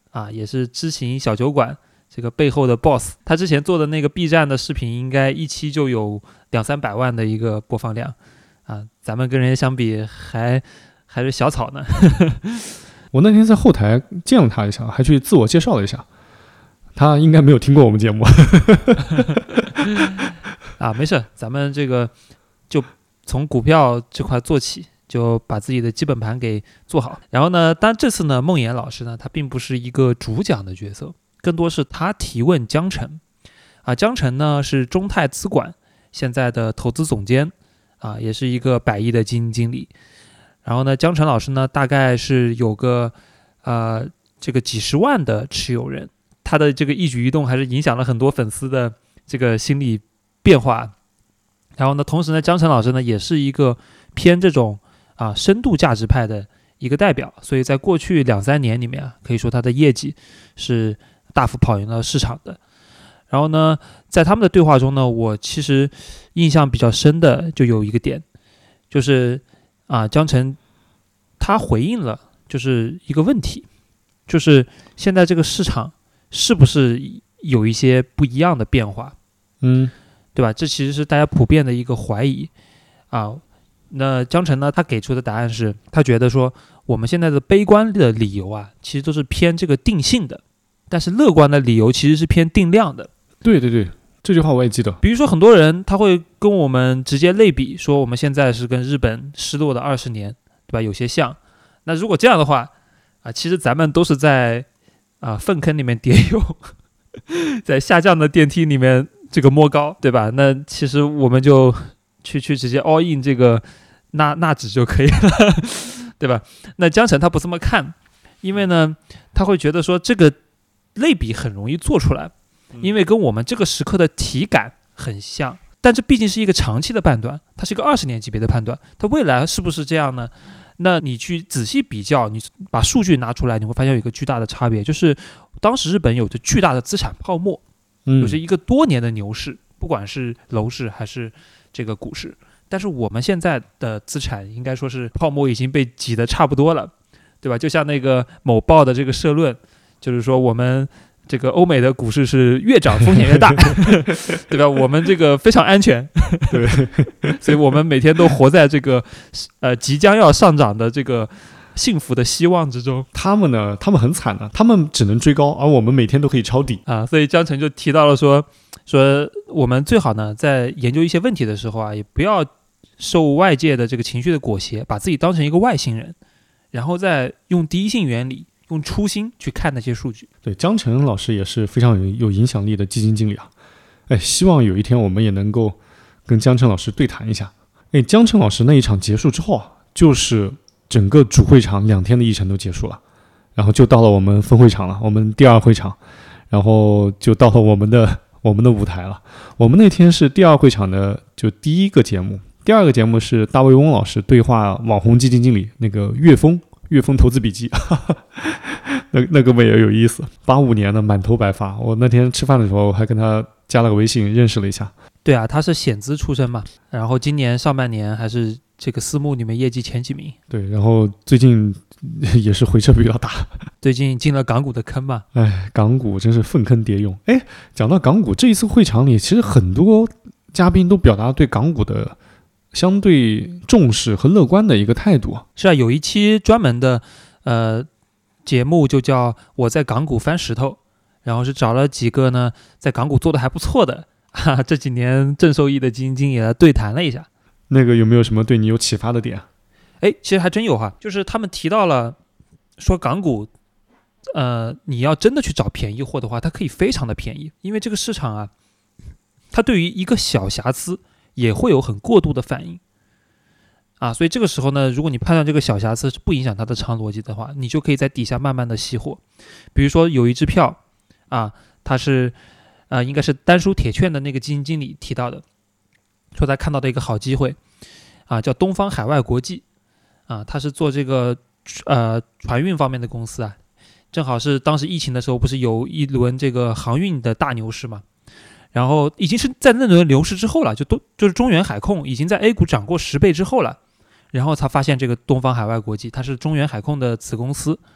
啊，也是知行小酒馆这个背后的 boss。他之前做的那个 B 站的视频，应该一期就有200-300万的一个播放量啊，咱们跟人家相比还是小草呢。 我那天在后台见了他一下，还去自我介绍了一下，他应该没有听过我们节目。 啊，没事，咱们这个就从股票这块做起，就把自己的基本盘给做好。然后呢，当然这次呢，孟岩老师呢，他并不是一个主讲的角色，更多是他提问江晨。啊，江晨呢是中泰资管现在的投资总监，啊，也是一个100亿的基金经理。然后呢，江晨老师呢，大概是有个这个几十万的持有人，他的这个一举一动还是影响了很多粉丝的这个心理变化。然后呢，同时呢，江晨老师呢也是一个偏这种深度价值派的一个代表，所以在过去2-3年里面啊，可以说他的业绩是大幅跑赢了市场的。然后呢，在他们的对话中呢，我其实印象比较深的就有一个点，就是江晨他回应了就是一个问题，就是现在这个市场是不是有一些不一样的变化？对吧？这其实是大家普遍的一个怀疑啊。那江晨呢，他给出的答案是，他觉得说我们现在的悲观的理由啊，其实都是偏这个定性的，但是乐观的理由其实是偏定量的。 对对对，这句话我也记得。 比如说很多人他会跟我们直接类比，说我们现在是跟日本失落的20年，对吧？有些像。那如果这样的话其实咱们都是在粪坑里面叠油，在下降的电梯里面这个摸高，对吧？那其实我们就去直接 all in 这个纳指就可以了，对吧？那江晨他不这么看，因为呢，他会觉得说这个类比很容易做出来，因为跟我们这个时刻的体感很像，但这毕竟是一个长期的判断，它是一个20年级别的判断，它未来是不是这样呢？那你去仔细比较，你把数据拿出来，你会发现有一个巨大的差别，就是当时日本有着巨大的资产泡沫，有着一个多年的牛市，不管是楼市还是这个股市。但是我们现在的资产应该说是泡沫已经被挤得差不多了，对吧？就像那个某报的这个社论，就是说我们这个欧美的股市是越涨风险越大，对吧？我们这个非常安全， 对， 所以我们每天都活在这个即将要上涨的这个幸福的希望之中。 他们呢，他们很惨的，他们只能追高，而我们每天都可以抄底所以江晨就提到了说我们最好呢，在研究一些问题的时候也不要受外界的这个情绪的裹挟，把自己当成一个外星人，然后再用第一性原理，用初心去看那些数据。 对，江晨老师也是非常有影响力的基金经理啊。希望有一天我们也能够跟江晨老师对谈一下。江晨老师那一场结束之后就是整个主会场2天的议程都结束了，然后就到了我们分会场了，我们第2会场，然后就到了我们的舞台了。我们那天是第2会场的就第一个节目，第2个节目是大卫翁老师对话网红基金经理那个岳峰投资笔记，那个也有意思。85年的满头白发，我那天吃饭的时候还跟他加了个微信，认识了一下。 对啊，他是险资出身嘛，然后今年上半年还是这个私募里面业绩前几名。 对，然后最近也是回撤比较大， 最近进了港股的坑嘛。 港股真是粪坑蝶涌。讲到港股，这一次会场里其实很多嘉宾都表达对港股的相对重视和乐观的一个态度。 是啊，有一期专门的节目就叫我在港股翻石头，然后是找了几个呢在港股做的还不错的这几年正受益的基金经理来对谈了一下。 那个有没有什么对你有启发的点？ 其实还真有就是他们提到了说港股你要真的去找便宜货的话，它可以非常的便宜，因为这个市场它对于一个小瑕疵也会有很过度的反应所以这个时候呢，如果你判断这个小瑕疵是不影响它的长逻辑的话，你就可以在底下慢慢的吸货。比如说有一支票它是应该是丹书铁券的那个基金经理提到的，说他看到的一个好机会叫东方海外国际他是做这个船运方面的公司正好是当时疫情的时候不是有一轮这个航运的大牛市嘛，然后已经是在那轮牛市之后了，就是中原海控已经在 A 股涨过10倍之后了，然后他发现这个东方海外国际它是中原海控的子公司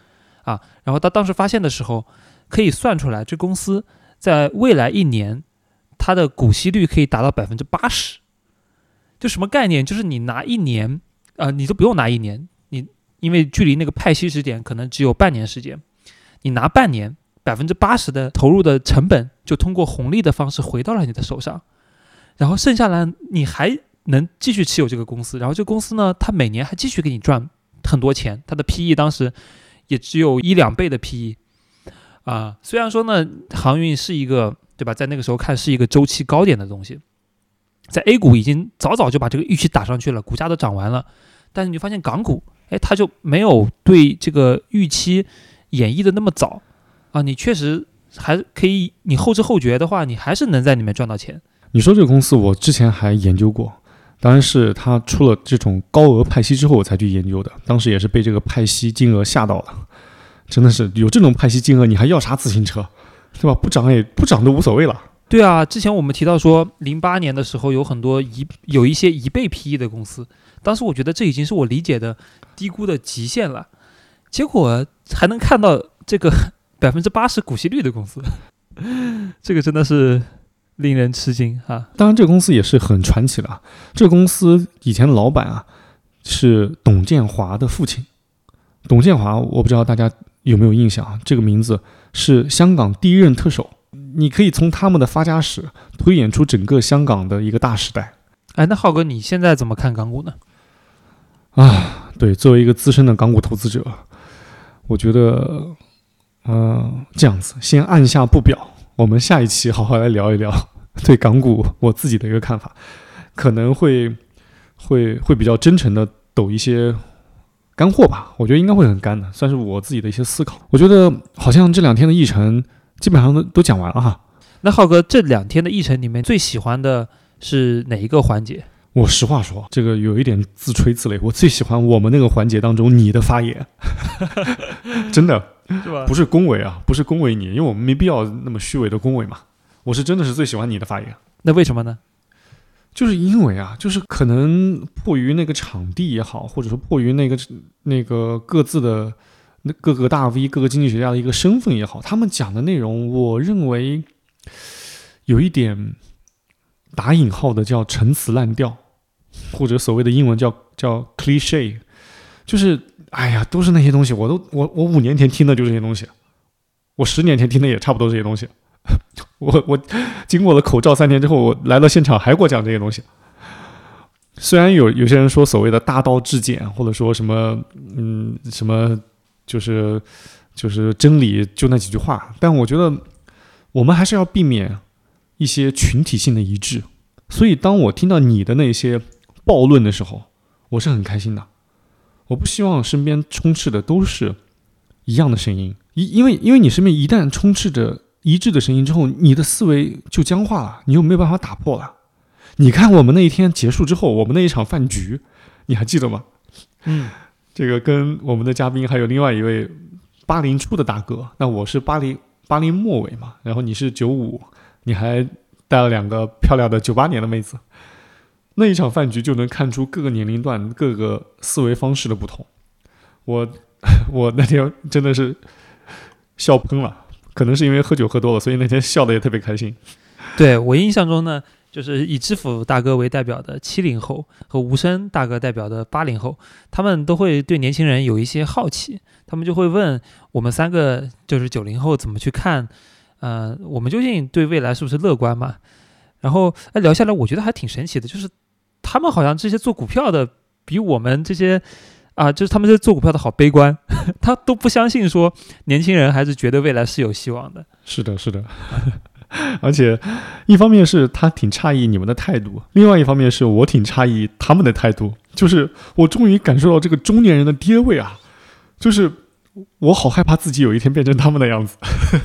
啊。然后他当时发现的时候，可以算出来这公司在未来1年它的股息率可以达到80%。就什么概念？就是你拿1年，你都不用拿1年，你因为距离那个派息时点可能只有半年时间，你拿半年，80%的投入的成本就通过红利的方式回到了你的手上，然后剩下来你还能继续持有这个公司，然后这个公司呢，它每年还继续给你赚很多钱，它的 PE 当时也只有1-2倍的 PE 啊。虽然说呢，航运是一个对吧，在那个时候看是一个周期高点的东西，在 A 股已经早早就把这个预期打上去了，股价都涨完了，但是你就发现港股，它就没有对这个预期演绎的那么早啊。你确实还可以，你后知后觉的话，你还是能在里面赚到钱。 你说这个公司，我之前还研究过，当然是他出了这种高额派息之后我才去研究的，当时也是被这个派息金额吓到了，真的是有这种派息金额，你还要啥自行车，对吧？不涨都无所谓了。 对啊，之前我们提到说08年的时候有很多有一些1倍 PE 的公司，当时我觉得这已经是我理解的低估的极限了，结果还能看到这个80%股息率的公司，这个真的是令人吃惊啊！ 当然，这个公司也是很传奇的啊。这个公司以前的老板啊是董建华的父亲。董建华，我不知道大家有没有印象啊？这个名字是香港第一任特首。你可以从他们的发家史推演出整个香港的一个大时代。 那浩哥，你现在怎么看港股呢？ 对，作为一个资深的港股投资者，我觉得，这样子，先按下不表，我们下一期好好来聊一聊对港股我自己的一个看法，可能会比较真诚的抖一些干货吧，我觉得应该会很干的，算是我自己的一些思考。我觉得好像这2天的议程基本上都讲完了哈。 那浩哥，这2天的议程里面最喜欢的是哪一个环节？ 我实话说，这个有一点自吹自擂，我最喜欢我们那个环节当中你的发言，真的， 是吧？ 不是恭维啊，不是恭维你，因为我们没必要那么虚伪的恭维嘛。我是真的是最喜欢你的发言。 那为什么呢？ 就是因为啊，就是可能迫于那个场地也好，或者说迫于那个各自的各个大 V、各个经济学家的一个身份也好，他们讲的内容，我认为有一点打引号的叫陈词滥调，或者所谓的英文叫 cliché， 就是都是那些东西，我5年前听的就是这些东西，我10年前听的也差不多这些东西。我经过了口罩3年之后，我来到现场还给我讲这些东西。虽然有些人说所谓的大道至简，或者说什么什么就是真理就那几句话，但我觉得我们还是要避免一些群体性的一致。所以当我听到你的那些暴论的时候，我是很开心的。我不希望身边充斥的都是一样的声音，因为你身边一旦充斥着一致的声音之后，你的思维就僵化了，你又没有办法打破了。你看我们那一天结束之后，我们那一场饭局，你还记得吗？这个跟我们的嘉宾还有另外一位80初的大哥，那我是80末尾嘛，然后你是95，你还带了2个漂亮的98年的妹子。那一场饭局就能看出各个年龄段各个思维方式的不同。我那天真的是笑喷了，可能是因为喝酒喝多了，所以那天笑得也特别开心。 对，我印象中呢，就是以知府大哥为代表的70后和吴声大哥代表的80后，他们都会对年轻人有一些好奇，他们就会问我们3个就是90后怎么去看，我们究竟对未来是不是乐观嘛？然后聊下来，我觉得还挺神奇的，就是他们好像这些做股票的比我们这些就是他们这些做股票的好悲观，他都不相信说年轻人还是觉得未来是有希望的。 是的，是的。而且一方面是他挺诧异你们的态度，另外一方面是我挺诧异他们的态度，就是我终于感受到这个中年人的爹味啊，就是我好害怕自己有一天变成他们的样子。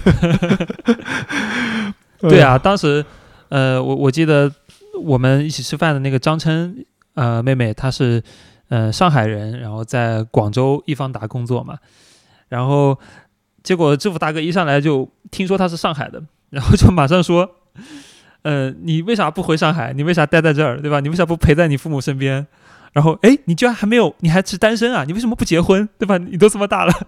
对啊，当时我记得我们一起吃饭的那个张琛妹妹，她是上海人，然后在广州一方达工作嘛，然后结果知府大哥一上来就听说她是上海的，然后就马上说你为啥不回上海？你为啥待在这儿，对吧？你为啥不陪在你父母身边？然后你居然还没有，你还是单身啊？你为什么不结婚，对吧？你都这么大了。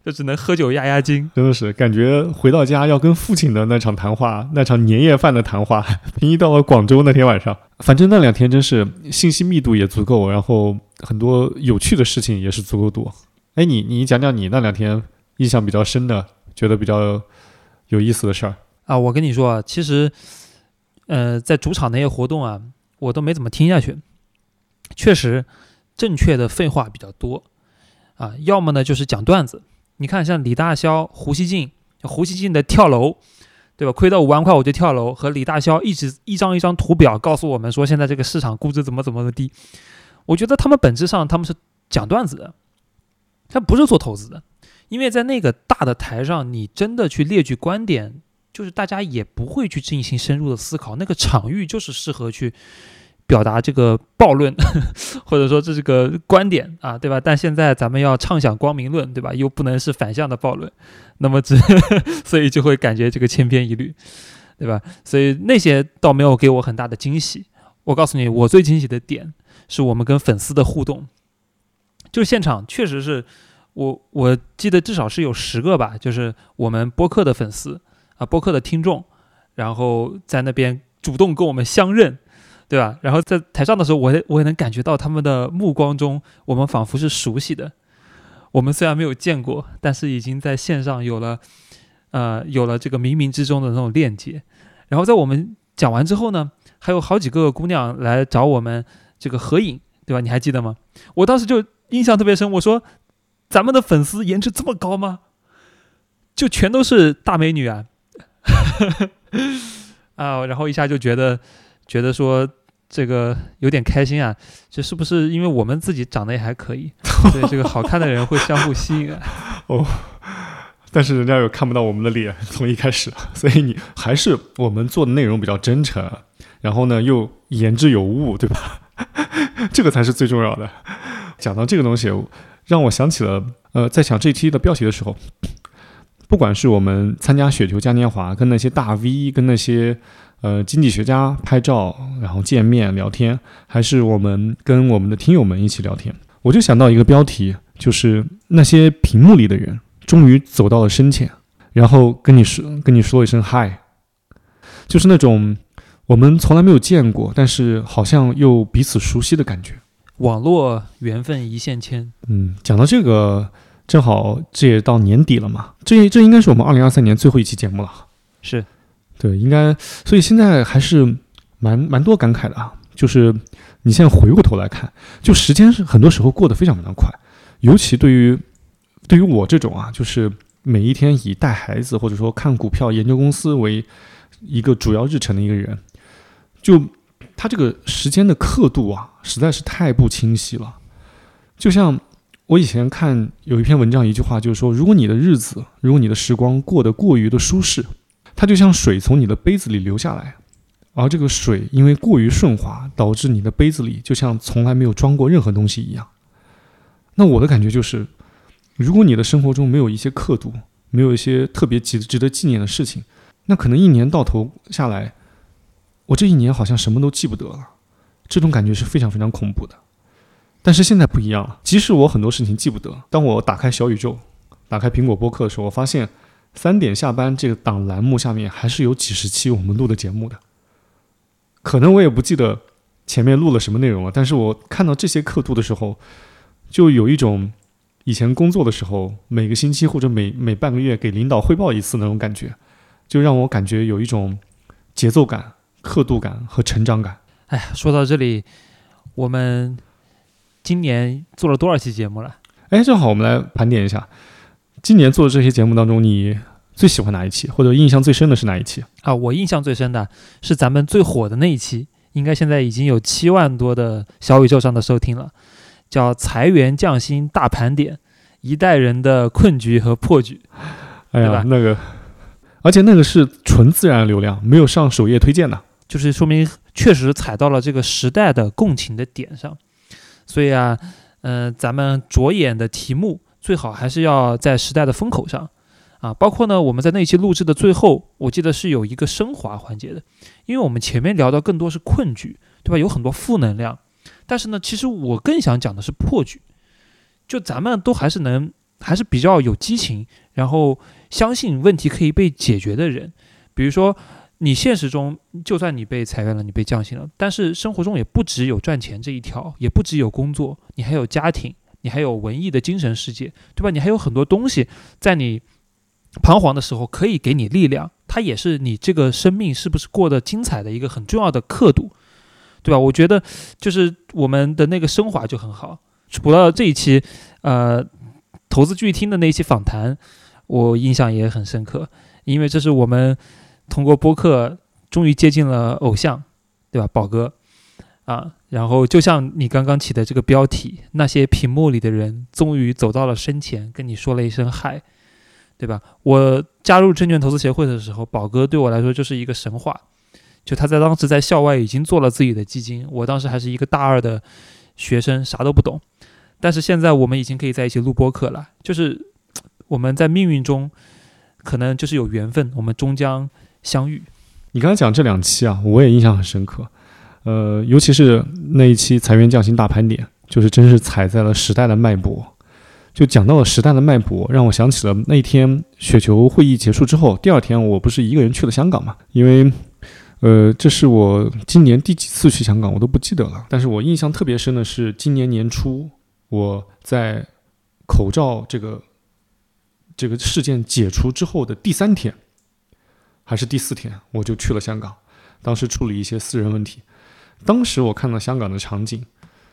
就只能喝酒压压惊。 真的是感觉回到家要跟父亲的那场谈话，那场年夜饭的谈话，平移到了广州那天晚上。反正那2天真是信息密度也足够，然后很多有趣的事情也是足够多。哎，你讲讲你那2天印象比较深的，觉得比较有意思的事儿啊。我跟你说啊，其实在主场那些活动啊，我都没怎么听下去。确实正确的废话比较多啊，要么呢就是讲段子。你看像李大霄、胡锡进的跳楼，对吧？亏到5万块我就跳楼，和李大霄一张一张图表告诉我们说现在这个市场估值怎么的低。我觉得他们本质上他们是讲段子的，他不是做投资的。因为在那个大的台上，你真的去列举观点，就是大家也不会去进行深入的思考，那个场域就是适合去表达这个暴论或者说这是个观点啊，对吧？但现在咱们要畅想光明论，对吧？又不能是反向的暴论，那么所以就会感觉这个千篇一律，对吧？所以那些倒没有给我很大的惊喜。我告诉你，我最惊喜的点是我们跟粉丝的互动，就是现场确实是我记得至少是有10个吧，就是我们播客的粉丝啊，播客的听众，然后在那边主动跟我们相认，对吧？然后在台上的时候，我也能感觉到他们的目光中，我们仿佛是熟悉的。我们虽然没有见过，但是已经在线上有了这个冥冥之中的那种链接。然后在我们讲完之后呢，还有好几个姑娘来找我们这个合影，对吧？你还记得吗？我当时就印象特别深，我说咱们的粉丝颜值这么高吗？就全都是大美女啊！啊，然后一下就觉得说这个有点开心啊，这是不是因为我们自己长得也还可以，所以这个好看的人会相互吸引啊？ 哦，但是人家又看不到我们的脸，从一开始，所以你还是我们做的内容比较真诚，然后呢又言之有物，对吧？这个才是最重要的。讲到这个东西，让我想起了在想这一期的标题的时候，不管是我们参加雪球嘉年华，跟那些大 V， 跟那些经济学家拍照，然后见面聊天，还是我们跟我们的听友们一起聊天，我就想到一个标题，就是那些屏幕里的人终于走到了身前，然后跟你说一声嗨，就是那种我们从来没有见过，但是好像又彼此熟悉的感觉。 网络缘分一线牵。 讲到这个，正好这也到年底了嘛，这应该是我们2023年最后一期节目了。 是， 对，应该，所以现在还是蛮多感慨的啊。就是你现在回过头来看，就时间是很多时候过得非常快，尤其对于我这种啊，就是每一天以带孩子或者说看股票、研究公司为一个主要日程的一个人，就他这个时间的刻度啊，实在是太不清晰了。就像我以前看有一篇文章，一句话就是说，如果你的日子，如果你的时光过得过于的舒适，它就像水从你的杯子里流下来，而这个水因为过于顺滑，导致你的杯子里就像从来没有装过任何东西一样。那我的感觉就是，如果你的生活中没有一些刻度，没有一些特别值得纪念的事情，那可能一年到头下来，我这一年好像什么都记不得了，这种感觉是非常非常恐怖的。但是现在不一样了，即使我很多事情记不得，当我打开小宇宙，打开苹果播客的时候，我发现3点下班这个档栏目下面还是有几十期我们录的节目的。可能我也不记得前面录了什么内容了，但是我看到这些刻度的时候，就有一种以前工作的时候每个星期或者每半个月给领导汇报一次那种感觉，就让我感觉有一种节奏感、刻度感和成长感。 哎呀，说到这里，我们今年做了多少期节目了？ 正好我们来盘点一下，今年做的这些节目当中，你最喜欢哪一期，或者印象最深的是哪一期啊？我印象最深的是咱们最火的那一期，应该现在已经有7万多的小宇宙上的收听了，叫裁员降薪大盘点，一代人的困局和破局。 哎呀，那个，而且那个是纯自然流量，没有上首页推荐的， 就是说明确实踩到了这个时代的共情的点上。所以啊，咱们着眼的题目最好还是要在时代的风口上啊。包括呢，我们在那一期录制的最后，我记得是有一个升华环节的，因为我们前面聊到更多是困局，对吧？有很多负能量，但是呢，其实我更想讲的是破局。就咱们都还是能还是比较有激情，然后相信问题可以被解决的人。比如说你现实中就算你被裁员了，你被降薪了，但是生活中也不只有赚钱这一条，也不只有工作，你还有家庭，你还有文艺的精神世界，对吧？你还有很多东西在你彷徨的时候可以给你力量，它也是你这个生命是不是过得精彩的一个很重要的刻度，对吧？我觉得就是我们的那个升华就很好。除了这一期投资巨听的那一期访谈，我印象也很深刻，因为这是我们通过播客终于接近了偶像，对吧？宝哥啊，然后就像你刚刚起的这个标题，那些屏幕里的人终于走到了身前，跟你说了一声嗨，对吧？我加入证券投资协会的时候，宝哥对我来说就是一个神话，就他在当时在校外已经做了自己的基金，我当时还是一个大二的学生，啥都不懂，但是现在我们已经可以在一起录播客了，就是我们在命运中可能就是有缘分，我们终将相遇。 你刚才讲这2期啊，我也印象很深刻。尤其是那一期裁员降薪大盘点，就是真是踩在了时代的脉搏。就讲到了时代的脉搏，让我想起了那天雪球会议结束之后，第2天我不是一个人去了香港嘛？因为这是我今年第几次去香港我都不记得了。但是我印象特别深的是今年年初，我在口罩这个事件解除之后的第3天还是第4天，我就去了香港，当时处理一些私人问题。当时我看到香港的场景，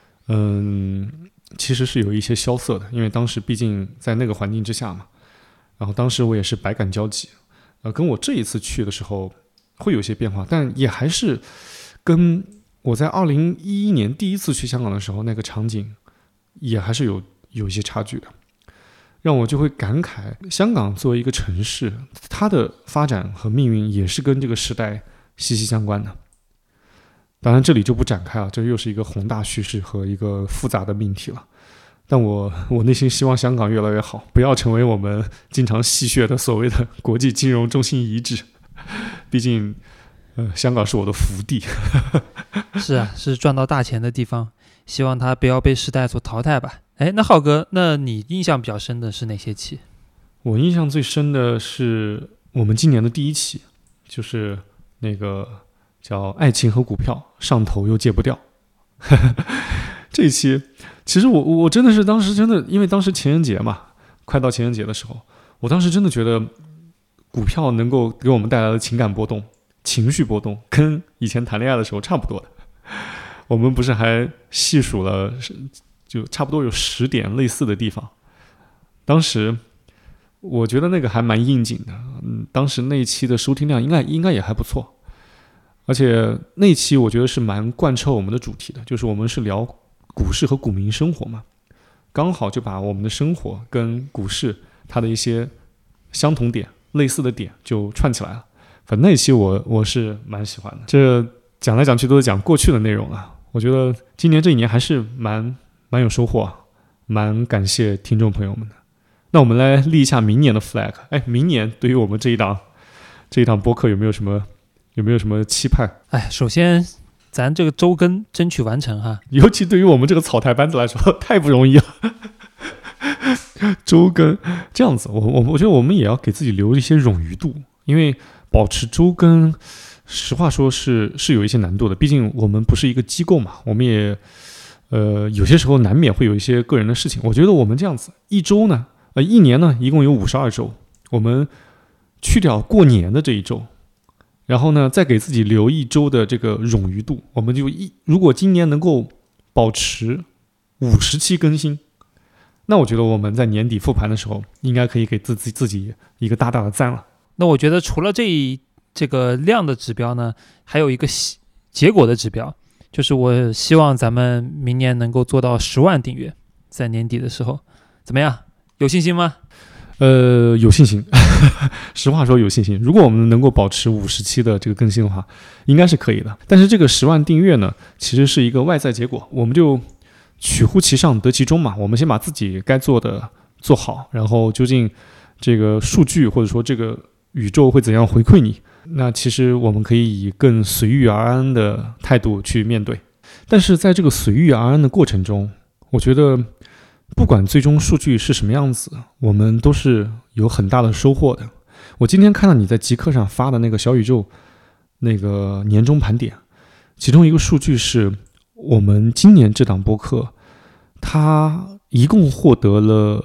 其实是有一些萧瑟的，因为当时毕竟在那个环境之下嘛。然后当时我也是百感交集，跟我这一次去的时候会有些变化，但也还是跟我在2011年第一次去香港的时候那个场景也还是有一些差距的。让我就会感慨，香港作为一个城市，它的发展和命运也是跟这个时代息息相关的。当然这里就不展开了，这又是一个宏大叙事和一个复杂的命题了。但我内心希望香港越来越好，不要成为我们经常戏谑的所谓的国际金融中心遗址。毕竟香港是我的福地。 是啊，是赚到大钱的地方，希望它不要被时代所淘汰吧。那浩哥，那你印象比较深的是哪些期？ 我印象最深的是我们今年的第1期，就是那个叫爱情和股票，上头又戒不掉。这一期其实我真的是当时真的，因为当时情人节嘛，快到情人节的时候，我当时真的觉得股票能够给我们带来的情感波动、情绪波动跟以前谈恋爱的时候差不多的。我们不是还细数了就差不多有10点类似的地方。当时我觉得那个还蛮应景的，当时那一期的收听量应该也还不错，而且那一期我觉得是蛮贯彻我们的主题的，就是我们是聊股市和股民生活嘛，刚好就把我们的生活跟股市它的一些相同点、类似的点就串起来了。反正那一期我是蛮喜欢的。这讲来讲去都是讲过去的内容了，我觉得今年这一年还是蛮有收获，蛮感谢听众朋友们的。那我们来立一下明年的 flag。明年对于我们这一档播客有没有什么期盼？ 首先咱这个周更争取完成哈， 尤其对于我们这个草台班子来说太不容易了。周更这样子，我觉得我们也要给自己留一些冗余度，因为保持周更实话说是有一些难度的，毕竟我们不是一个机构嘛，我们也有些时候难免会有一些个人的事情。我觉得我们这样子一年呢一共有52周，我们去掉过年的这一周，然后呢再给自己留1周的这个冗余度，我们就如果今年能够保持50期更新，那我觉得我们在年底复盘的时候应该可以给自己一个大大的赞了。 那我觉得除了这个量的指标呢，还有一个结果的指标，就是我希望咱们明年能够做到10万订阅，在年底的时候，怎么样？有信心吗？ 有信心。实话说有信心。如果我们能够保持50期的这个更新的话，应该是可以的。但是这个10万订阅呢，其实是一个外在结果，我们就取乎其上得其中嘛。我们先把自己该做的做好，然后究竟这个数据或者说这个宇宙会怎样回馈你，那其实我们可以以更随遇而安的态度去面对。但是在这个随遇而安的过程中，我觉得不管最终数据是什么样子，我们都是有很大的收获的。我今天看到你在极客上发的那个小宇宙那个年终盘点，其中一个数据是我们今年这档播客它一共获得了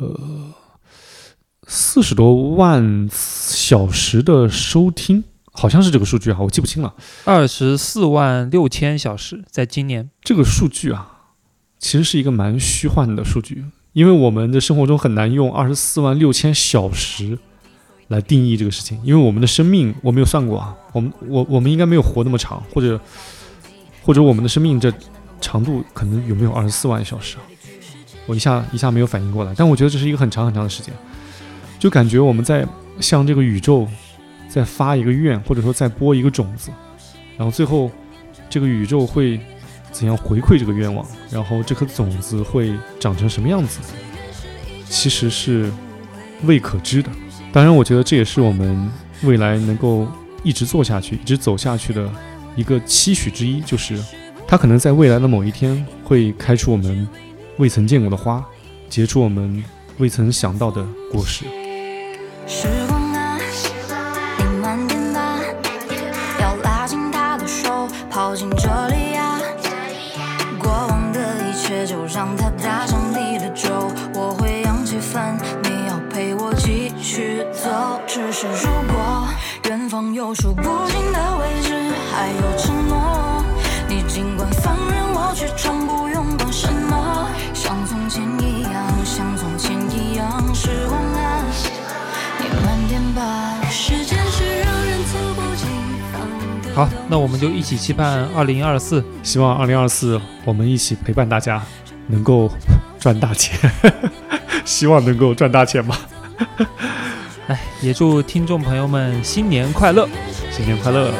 40多万小时的收听，好像是这个数据啊，我记不清了。 24万6千小时，在今年。 这个数据啊，其实是一个蛮虚幻的数据，因为我们的生活中很难用24万6千小时来定义这个事情，因为我们的生命我没有算过啊，我们应该没有活那么长，或者我们的生命这长度可能有没有24万小时啊？我一下没有反应过来，但我觉得这是一个很长很长的时间，就感觉我们在向这个宇宙再发一个愿，或者说再播一个种子，然后最后这个宇宙会怎样回馈这个愿望，然后这颗种子会长成什么样子，其实是未可知的。当然我觉得这也是我们未来能够一直做下去一直走下去的一个期许之一，就是它可能在未来的某一天会开出我们未曾见过的花，结出我们未曾想到的果实。 时光啊，你慢点吧，要拉紧他的手，跑进这里啊。过往的一切就让它打上你的咒，我会扬起帆，你要陪我继续走。只是如果远方有数不尽的位置，还有承诺，你尽管放任我去闯，不用管什么，像从前一样，像从前一样。时光啊，你慢点吧，时间是让人猝不及防的。 好，那我们就一起期盼2024， 希望2024我们一起陪伴大家能够赚大钱希望能够赚大钱吧哎，也祝听众朋友们新年快乐， 新年快乐。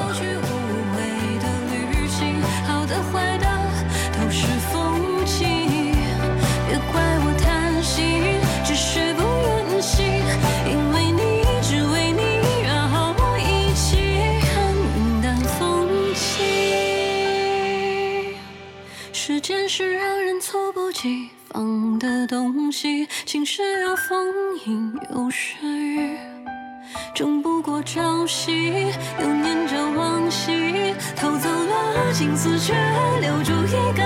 时间是让人猝不及防的东西，晴时有风阴有时雨，争不过朝夕，又念着往昔，偷走了青丝，却留住一个